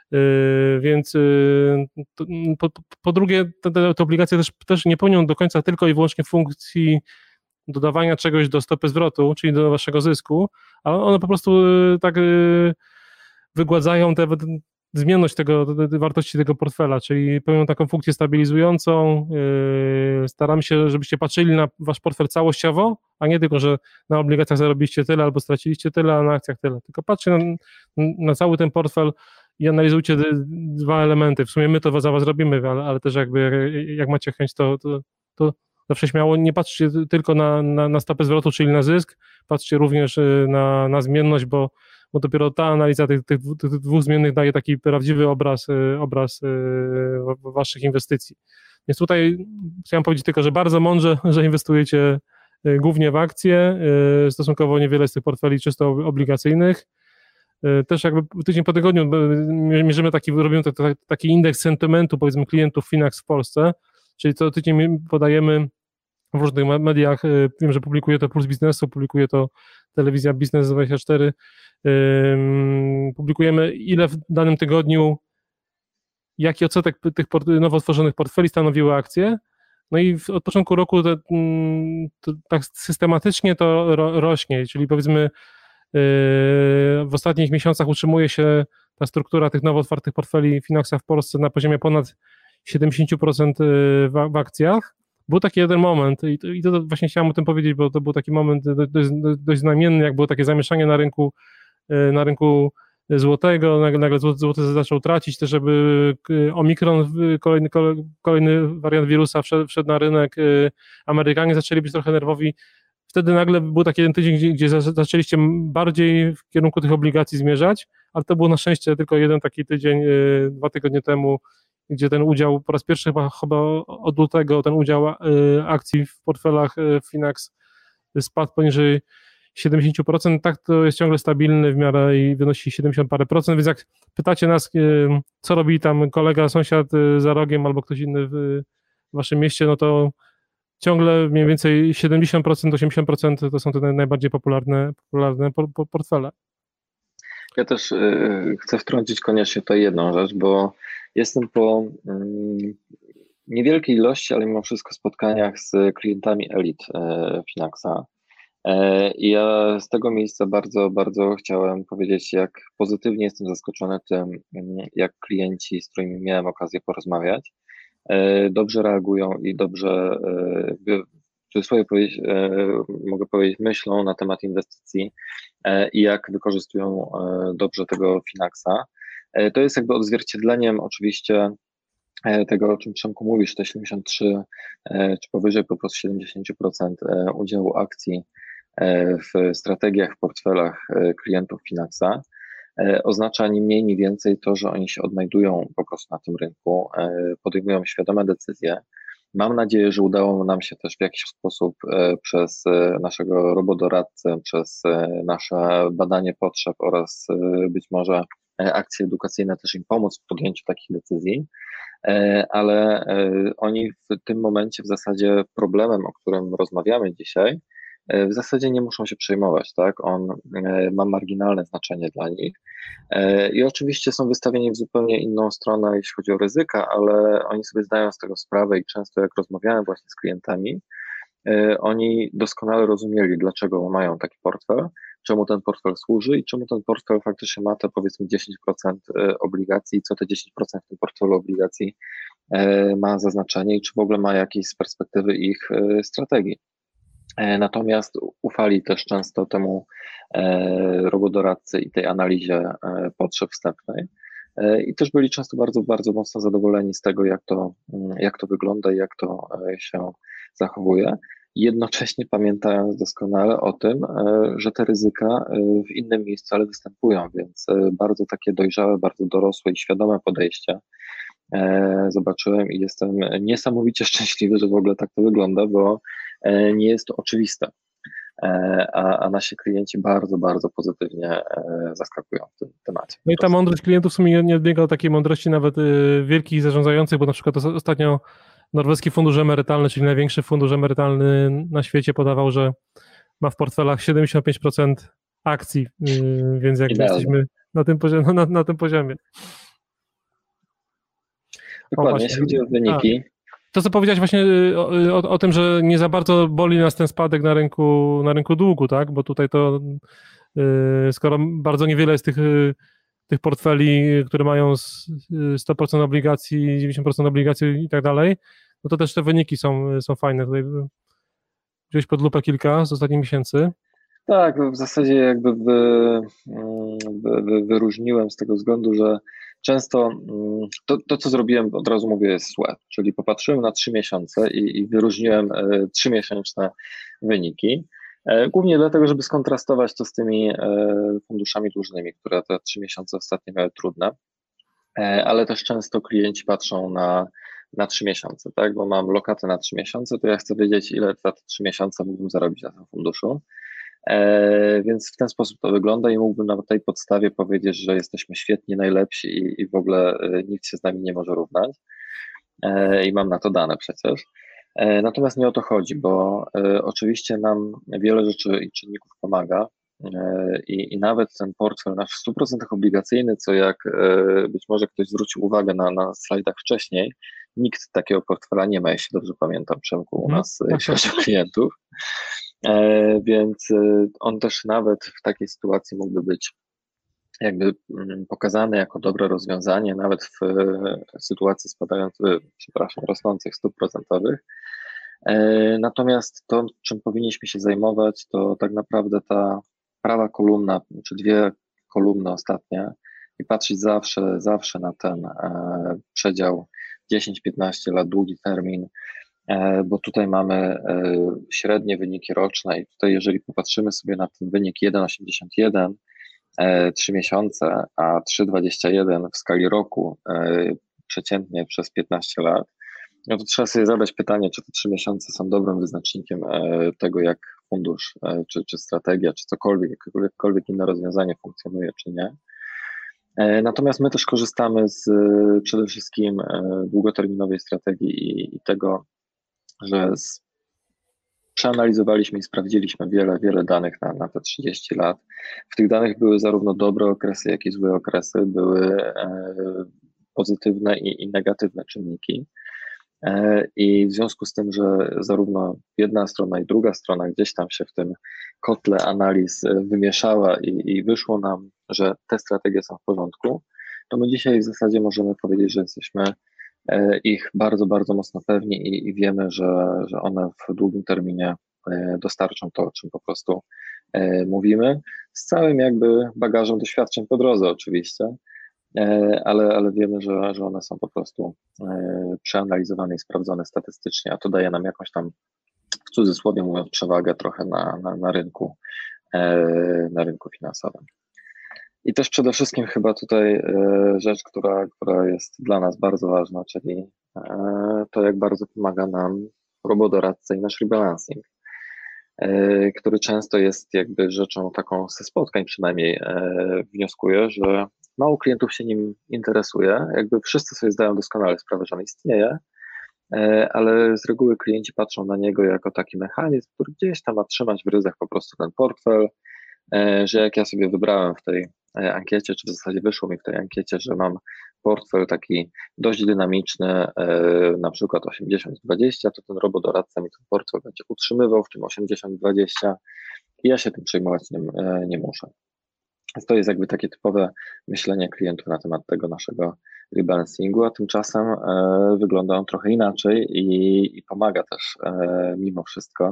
yy, więc yy, to, po, po drugie te, te, te obligacje też, też nie pełnią do końca tylko i wyłącznie funkcji dodawania czegoś do stopy zwrotu, czyli do waszego zysku, ale one po prostu yy, tak yy, wygładzają tę zmienność tego, te wartości tego portfela, czyli pełnią taką funkcję stabilizującą. Yy, staramy się, żebyście patrzyli na wasz portfel całościowo, a nie tylko, że na obligacjach zarobiliście tyle albo straciliście tyle, a na akcjach tyle. Tylko patrzcie na, na cały ten portfel i analizujcie dwa elementy. W sumie my to za was robimy, ale, ale też jakby jak macie chęć, to, to, to zawsze śmiało nie patrzcie tylko na, na, na stopę zwrotu, czyli na zysk, patrzcie również na, na zmienność, bo bo dopiero ta analiza tych, tych, tych dwóch zmiennych daje taki prawdziwy obraz, obraz waszych inwestycji. Więc tutaj chciałem powiedzieć tylko, że bardzo mądrze, że inwestujecie głównie w akcje, stosunkowo niewiele z tych portfeli czysto obligacyjnych. Też jakby tydzień po tygodniu mierzymy taki, robimy taki indeks sentymentu, powiedzmy, klientów Finax w Polsce, czyli co tydzień podajemy w różnych mediach, wiem, że publikuje to Puls Biznesu, publikuje to telewizja Biznes dwadzieścia cztery, publikujemy ile w danym tygodniu, jaki odsetek tych nowo tworzonych portfeli stanowiły akcje, no i od początku roku to, to tak systematycznie to ro, rośnie, czyli powiedzmy w ostatnich miesiącach utrzymuje się ta struktura tych nowo otwartych portfeli Finaxa w Polsce na poziomie ponad siedemdziesiąt procent w, w akcjach. był taki jeden moment i to, i to właśnie chciałem o tym powiedzieć, bo to był taki moment dość, dość znamienny, jak było takie zamieszanie na rynku, na rynku złotego, nagle, nagle złoty zaczął tracić, też żeby Omikron, kolejny, kolejny wariant wirusa wszedł, wszedł na rynek, Amerykanie zaczęli być trochę nerwowi. Wtedy nagle był taki jeden tydzień, gdzie, gdzie zaczęliście bardziej w kierunku tych obligacji zmierzać, ale to był na szczęście tylko jeden taki tydzień, dwa tygodnie temu, gdzie ten udział, po raz pierwszy chyba, chyba od lutego, ten udział akcji w portfelach Finax spadł poniżej siedemdziesiąt procent, tak to jest ciągle stabilny w miarę i wynosi siedemdziesiąt parę procent, więc jak pytacie nas, co robi tam kolega, sąsiad za rogiem albo ktoś inny w waszym mieście, no to ciągle mniej więcej siedemdziesiąt procent, osiemdziesiąt procent to są te najbardziej popularne, popularne portfele. Ja też y, chcę wtrącić koniecznie tutaj jedną rzecz, bo jestem po y, niewielkiej ilości, ale mimo wszystko spotkaniach z klientami elit y, Finaxa. I ja z tego miejsca bardzo, bardzo chciałem powiedzieć, jak pozytywnie jestem zaskoczony tym, jak klienci, z którymi miałem okazję porozmawiać, dobrze reagują i dobrze, w cudzysłowie powiedzieć, mogę powiedzieć, myślą na temat inwestycji i jak wykorzystują dobrze tego Finaxa. To jest jakby odzwierciedleniem oczywiście tego, o czym Przemku mówisz, te siedemdziesiąt trzy czy powyżej po prostu siedemdziesiąt procent udziału akcji w strategiach, w portfelach klientów Finaxa oznacza ni mniej, ni więcej to, że oni się odnajdują po prostu na tym rynku, podejmują świadome decyzje. Mam nadzieję, że udało nam się też w jakiś sposób przez naszego robodoradcę, przez nasze badanie potrzeb oraz być może akcje edukacyjne też im pomóc w podjęciu takich decyzji, ale oni w tym momencie w zasadzie problemem, o którym rozmawiamy dzisiaj, w zasadzie nie muszą się przejmować, tak? On ma marginalne znaczenie dla nich i oczywiście są wystawieni w zupełnie inną stronę, jeśli chodzi o ryzyka, ale oni sobie zdają z tego sprawę i często jak rozmawiałem właśnie z klientami, oni doskonale rozumieli, dlaczego mają taki portfel, czemu ten portfel służy i czemu ten portfel faktycznie ma te powiedzmy dziesięć procent obligacji, co te dziesięć procent w tym portfelu obligacji ma za znaczenie i czy w ogóle ma jakieś z perspektywy ich strategii. Natomiast ufali też często temu robodoradcy i tej analizie potrzeb wstępnej i też byli często bardzo, bardzo mocno zadowoleni z tego, jak to, jak to wygląda i jak to się zachowuje. Jednocześnie pamiętając doskonale o tym, że te ryzyka w innym miejscu ale występują, więc bardzo takie dojrzałe, bardzo dorosłe i świadome podejście zobaczyłem i jestem niesamowicie szczęśliwy, że w ogóle tak to wygląda, bo nie jest to oczywiste, a, a nasi klienci bardzo, bardzo pozytywnie zaskakują w tym temacie. No i ta mądrość klientów w sumie nie odbiega od takiej mądrości nawet wielkich zarządzających, bo na przykład ostatnio Norweski Fundusz Emerytalny, czyli największy fundusz emerytalny na świecie, podawał, że ma w portfelach siedemdziesiąt pięć procent akcji, więc jakby Idealne. Jesteśmy na tym poziomie. Na, na tym poziomie. Dokładnie, jeśli chodzi o wyniki. A. To, co powiedziałeś właśnie o, o, o tym, że nie za bardzo boli nas ten spadek na rynku, na rynku długu, tak? Bo tutaj to yy, skoro bardzo niewiele jest tych, yy, tych portfeli, które mają sto procent obligacji, dziewięćdziesiąt procent obligacji i tak dalej, no to też te wyniki są, są fajne. Tutaj wziąłeś pod lupę kilka z ostatnich miesięcy. Tak, w zasadzie jakby wy, wy, wy, wyróżniłem z tego względu, że często to, to, co zrobiłem, od razu mówię, jest złe, czyli popatrzyłem na trzy miesiące i, i wyróżniłem trzymiesięczne wyniki, głównie dlatego, żeby skontrastować to z tymi funduszami dłużnymi, które te trzy miesiące ostatnio miały trudne, ale też często klienci patrzą na, na trzy miesiące, tak, bo mam lokatę na trzy miesiące, to ja chcę wiedzieć, ile za te trzy miesiące mógłbym zarobić na tym funduszu. Więc w ten sposób to wygląda i mógłbym na tej podstawie powiedzieć, że jesteśmy świetni, najlepsi i, i w ogóle nikt się z nami nie może równać i mam na to dane przecież. Natomiast nie o to chodzi, bo oczywiście nam wiele rzeczy i czynników pomaga i, i nawet ten portfel nasz w stu procentach obligacyjny, co jak być może ktoś zwrócił uwagę na, na slajdach wcześniej, nikt takiego portfela nie ma, jeśli dobrze pamiętam, Przemku, u nas, hmm. jeśli chodzi o klientów. E, więc on też nawet w takiej sytuacji mógłby być jakby pokazany jako dobre rozwiązanie, nawet w sytuacji spadających, przepraszam, rosnących stóp procentowych. Natomiast to, czym powinniśmy się zajmować, to tak naprawdę ta prawa kolumna, czy dwie kolumny ostatnie i patrzeć zawsze, zawsze na ten przedział dziesięć piętnaście lat, długi termin, bo tutaj mamy średnie wyniki roczne i tutaj jeżeli popatrzymy sobie na ten wynik jeden przecinek osiemdziesiąt jeden, trzy miesiące, a trzy przecinek dwadzieścia jeden w skali roku przeciętnie przez piętnaście lat, no to trzeba sobie zadać pytanie, czy te trzy miesiące są dobrym wyznacznikiem tego, jak fundusz, czy, czy strategia, czy cokolwiek, jakiekolwiek inne rozwiązanie funkcjonuje, czy nie. Natomiast my też korzystamy z przede wszystkim długoterminowej strategii i, i tego, że z, przeanalizowaliśmy i sprawdziliśmy wiele, wiele danych na, na te trzydzieści lat. W tych danych były zarówno dobre okresy, jak i złe okresy, były e, pozytywne i, i negatywne czynniki. E, I w związku z tym, że zarówno jedna strona i druga strona gdzieś tam się w tym kotle analiz wymieszała i, i wyszło nam, że te strategie są w porządku, to my dzisiaj w zasadzie możemy powiedzieć, że jesteśmy ich bardzo, bardzo mocno pewni i, i wiemy, że, że one w długim terminie dostarczą to, o czym po prostu mówimy, z całym jakby bagażem doświadczeń po drodze oczywiście, ale, ale wiemy, że, że one są po prostu przeanalizowane i sprawdzone statystycznie, a to daje nam jakąś tam, w cudzysłowie mówiąc, przewagę trochę na, na, na rynku, na rynku finansowym. I też przede wszystkim chyba tutaj rzecz, która, która jest dla nas bardzo ważna, czyli to, jak bardzo pomaga nam robodoradca i nasz rebalancing, który często jest jakby rzeczą taką ze spotkań przynajmniej wnioskuję, że mało klientów się nim interesuje, jakby wszyscy sobie zdają doskonale sprawę, że on istnieje, ale z reguły klienci patrzą na niego jako taki mechanizm, który gdzieś tam ma trzymać w ryzach po prostu ten portfel, że jak ja sobie wybrałem w tej ankiecie, czy w zasadzie wyszło mi w tej ankiecie, że mam portfel taki dość dynamiczny, na przykład osiemdziesiąt dwadzieścia, to ten robodoradca mi ten portfel będzie utrzymywał w tym osiemdziesiąt dwadzieścia i ja się tym przejmować nie, nie muszę. Więc to jest jakby takie typowe myślenie klientów na temat tego naszego rebalancingu, a tymczasem wygląda on trochę inaczej i, i pomaga też mimo wszystko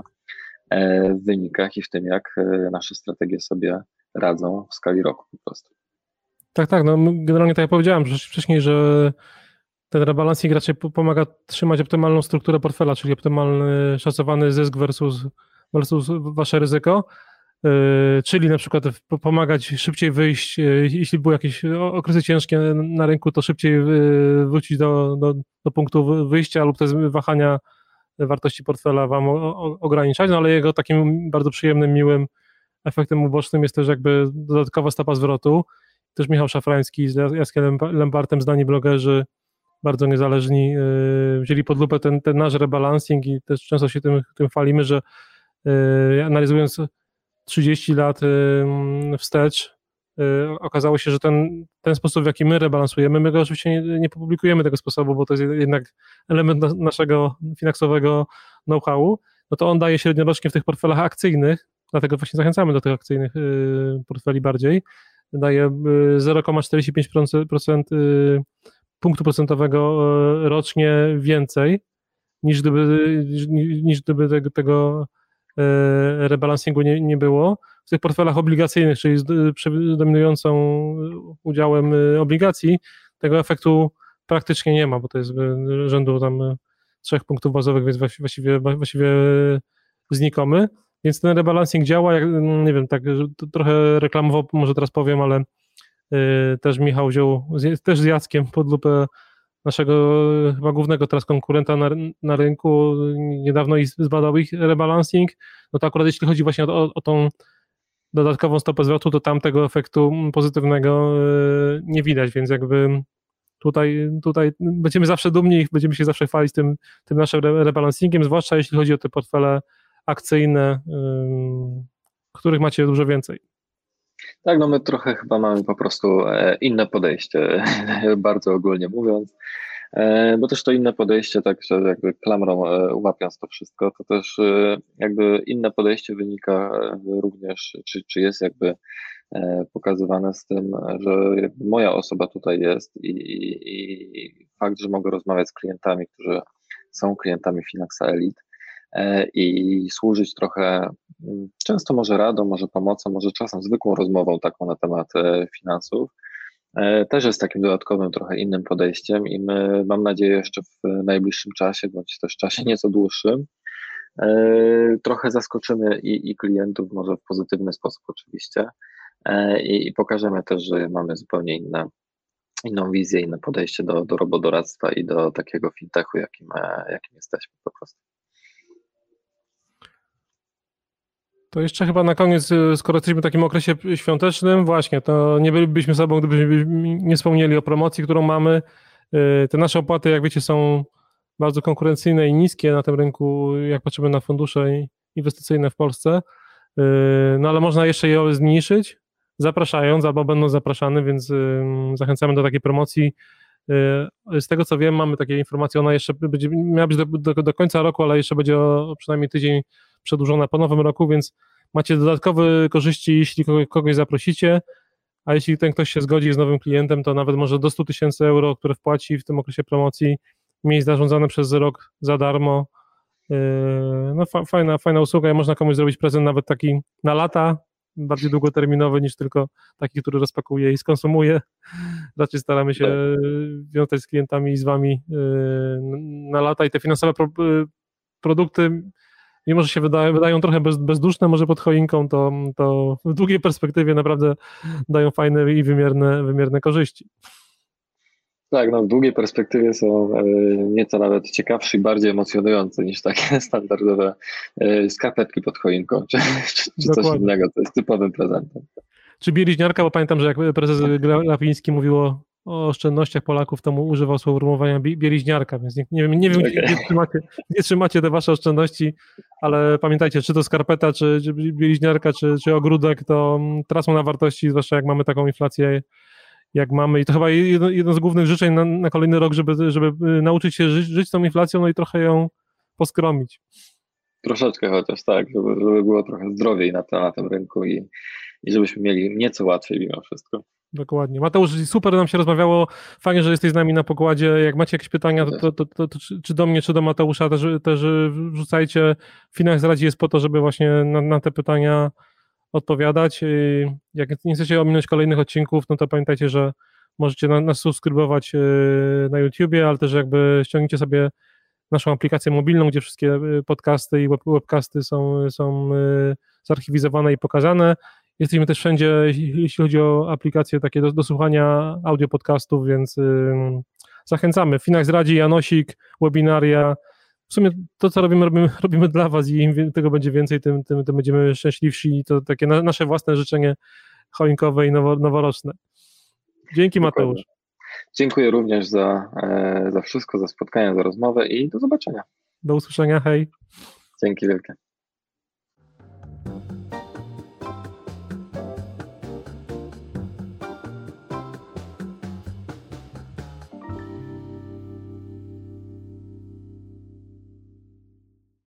w wynikach i w tym, jak nasze strategie sobie radzą w skali roku po prostu. Tak, tak, no generalnie tak jak powiedziałem wcześniej, że ten rebalancing raczej pomaga trzymać optymalną strukturę portfela, czyli optymalny szacowany zysk versus, versus wasze ryzyko, yy, czyli na przykład pomagać szybciej wyjść, yy, jeśli były jakieś okresy ciężkie na rynku, to szybciej yy, wrócić do, do, do punktu wyjścia lub te wahania wartości portfela wam o, o, ograniczać, no ale jego takim bardzo przyjemnym, miłym efektem ubocznym jest też jakby dodatkowa stopa zwrotu. Też Michał Szafrański z Jackiem Lembartem, znani blogerzy, bardzo niezależni, yy, wzięli pod lupę ten, ten nasz rebalancing i też często się tym, tym chwalimy, że yy, analizując trzydzieści lat yy, wstecz, yy, okazało się, że ten, ten sposób, w jaki my rebalansujemy, my go oczywiście nie, nie publikujemy tego sposobu, bo to jest jednak element na, naszego finansowego know-howu, no to on daje średniorocznie w tych portfelach akcyjnych, dlatego właśnie zachęcamy do tych akcyjnych yy, portfeli bardziej, daje zero przecinek czterdzieści pięć procent punktu procentowego rocznie więcej, niż gdyby, niż gdyby tego, tego rebalansingu nie, nie było. W tych portfelach obligacyjnych, czyli z dominującą udziałem obligacji, tego efektu praktycznie nie ma, bo to jest rzędu tam trzech punktów bazowych, więc właściwie, właściwie znikomy. Więc ten rebalancing działa, jak, nie wiem, tak trochę reklamowo może teraz powiem, ale y, też Michał wziął z, też z Jackiem pod lupę naszego chyba głównego teraz konkurenta na, na rynku niedawno i zbadał ich rebalancing. No to akurat jeśli chodzi właśnie o, o tą dodatkową stopę zwrotu, to tam tego efektu pozytywnego y, nie widać, więc jakby tutaj, tutaj będziemy zawsze dumni i będziemy się zawsze chwalić tym, tym naszym rebalancingiem, zwłaszcza jeśli chodzi o te portfele akcyjne, których macie dużo więcej. Tak, no my trochę chyba mamy po prostu inne podejście, bardzo ogólnie mówiąc, bo też to inne podejście, tak że jakby klamrą łapiąc to wszystko, to też jakby inne podejście wynika również, czy, czy jest jakby pokazywane z tym, że moja osoba tutaj jest i, i, i fakt, że mogę rozmawiać z klientami, którzy są klientami Finaxa Elite, i służyć trochę, często może radą, może pomocą, może czasem zwykłą rozmową taką na temat finansów. Też jest takim dodatkowym, trochę innym podejściem i my, mam nadzieję, jeszcze w najbliższym czasie, bądź też czasie nieco dłuższym, trochę zaskoczymy i, i klientów, może w pozytywny sposób oczywiście, i, i pokażemy też, że mamy zupełnie inne, inną wizję, inne podejście do, do robodoradztwa i do takiego fintechu, jakim, jakim jesteśmy po prostu. To jeszcze chyba na koniec, skoro jesteśmy w takim okresie świątecznym, właśnie, to nie bylibyśmy sobą, gdybyśmy nie wspomnieli o promocji, którą mamy. Te nasze opłaty, jak wiecie, są bardzo konkurencyjne i niskie na tym rynku, jak patrzymy na fundusze inwestycyjne w Polsce, no ale można jeszcze je zmniejszyć, zapraszając, albo będą zapraszane, więc zachęcamy do takiej promocji. Z tego co wiem, mamy takie informacje, ona jeszcze będzie, miała być do, do, do końca roku, ale jeszcze będzie o, o przynajmniej tydzień przedłużona po nowym roku, więc macie dodatkowe korzyści, jeśli kogoś zaprosicie, a jeśli ten ktoś się zgodzi z nowym klientem, to nawet może do stu tysięcy euro, które wpłaci w tym okresie promocji, mieć zarządzane przez rok za darmo. No fajna, fajna usługa i można komuś zrobić prezent nawet taki na lata, bardziej długoterminowy niż tylko taki, który rozpakuje i skonsumuje. Raczej staramy się wiązać z klientami i z wami na lata i te finansowe pro, produkty, mimo że się wydają, wydają trochę bez, bezduszne może pod choinką, to, to w długiej perspektywie naprawdę dają fajne i wymierne, wymierne korzyści. Tak, no w długiej perspektywie są nieco nawet ciekawsze i bardziej emocjonujące niż takie standardowe skarpetki pod choinką, czy, czy coś innego, to jest typowym prezentem. Czy bieliźniarka, bo pamiętam, że jak prezes Glapiński mówił o, o oszczędnościach Polaków, to mu używał sformułowania bieliźniarka, więc nie, nie wiem, nie wiem okay. gdzie, trzymacie, gdzie trzymacie te wasze oszczędności, ale pamiętajcie, czy to skarpeta, czy, czy bieliźniarka, czy, czy ogródek, to tracą na wartości, zwłaszcza jak mamy taką inflację, jak mamy, i to chyba jedno, jedno z głównych życzeń na, na kolejny rok, żeby, żeby nauczyć się żyć, żyć z tą inflacją, no i trochę ją poskromić. Troszeczkę chociaż, tak, żeby, żeby było trochę zdrowiej na, to, na tym rynku i, i żebyśmy mieli nieco łatwiej mimo wszystko. Dokładnie. Mateusz, super nam się rozmawiało, fajnie, że jesteś z nami na pokładzie. Jak macie jakieś pytania, to, to, to, to, to czy do mnie, czy do Mateusza też, też wrzucajcie. Finax Radzi jest po to, żeby właśnie na, na te pytania odpowiadać. Jak nie chcecie ominąć kolejnych odcinków, no to pamiętajcie, że możecie na, nas subskrybować na YouTubie, ale też jakby ściągnijcie sobie naszą aplikację mobilną, gdzie wszystkie podcasty i web, webcasty są, są zarchiwizowane i pokazane. Jesteśmy też wszędzie, jeśli chodzi o aplikacje takie do, do słuchania audio podcastów, więc yy, zachęcamy. Finax Radzi, Janosik, webinaria. W sumie to, co robimy, robimy, robimy dla was i im tego będzie więcej, tym, tym, tym będziemy szczęśliwsi. To takie na, nasze własne życzenie choinkowe i nowo, noworoczne. Dzięki, Mateusz. Dziękuję również za, za wszystko, za spotkanie, za rozmowę i do zobaczenia. Do usłyszenia, hej. Dzięki wielkie.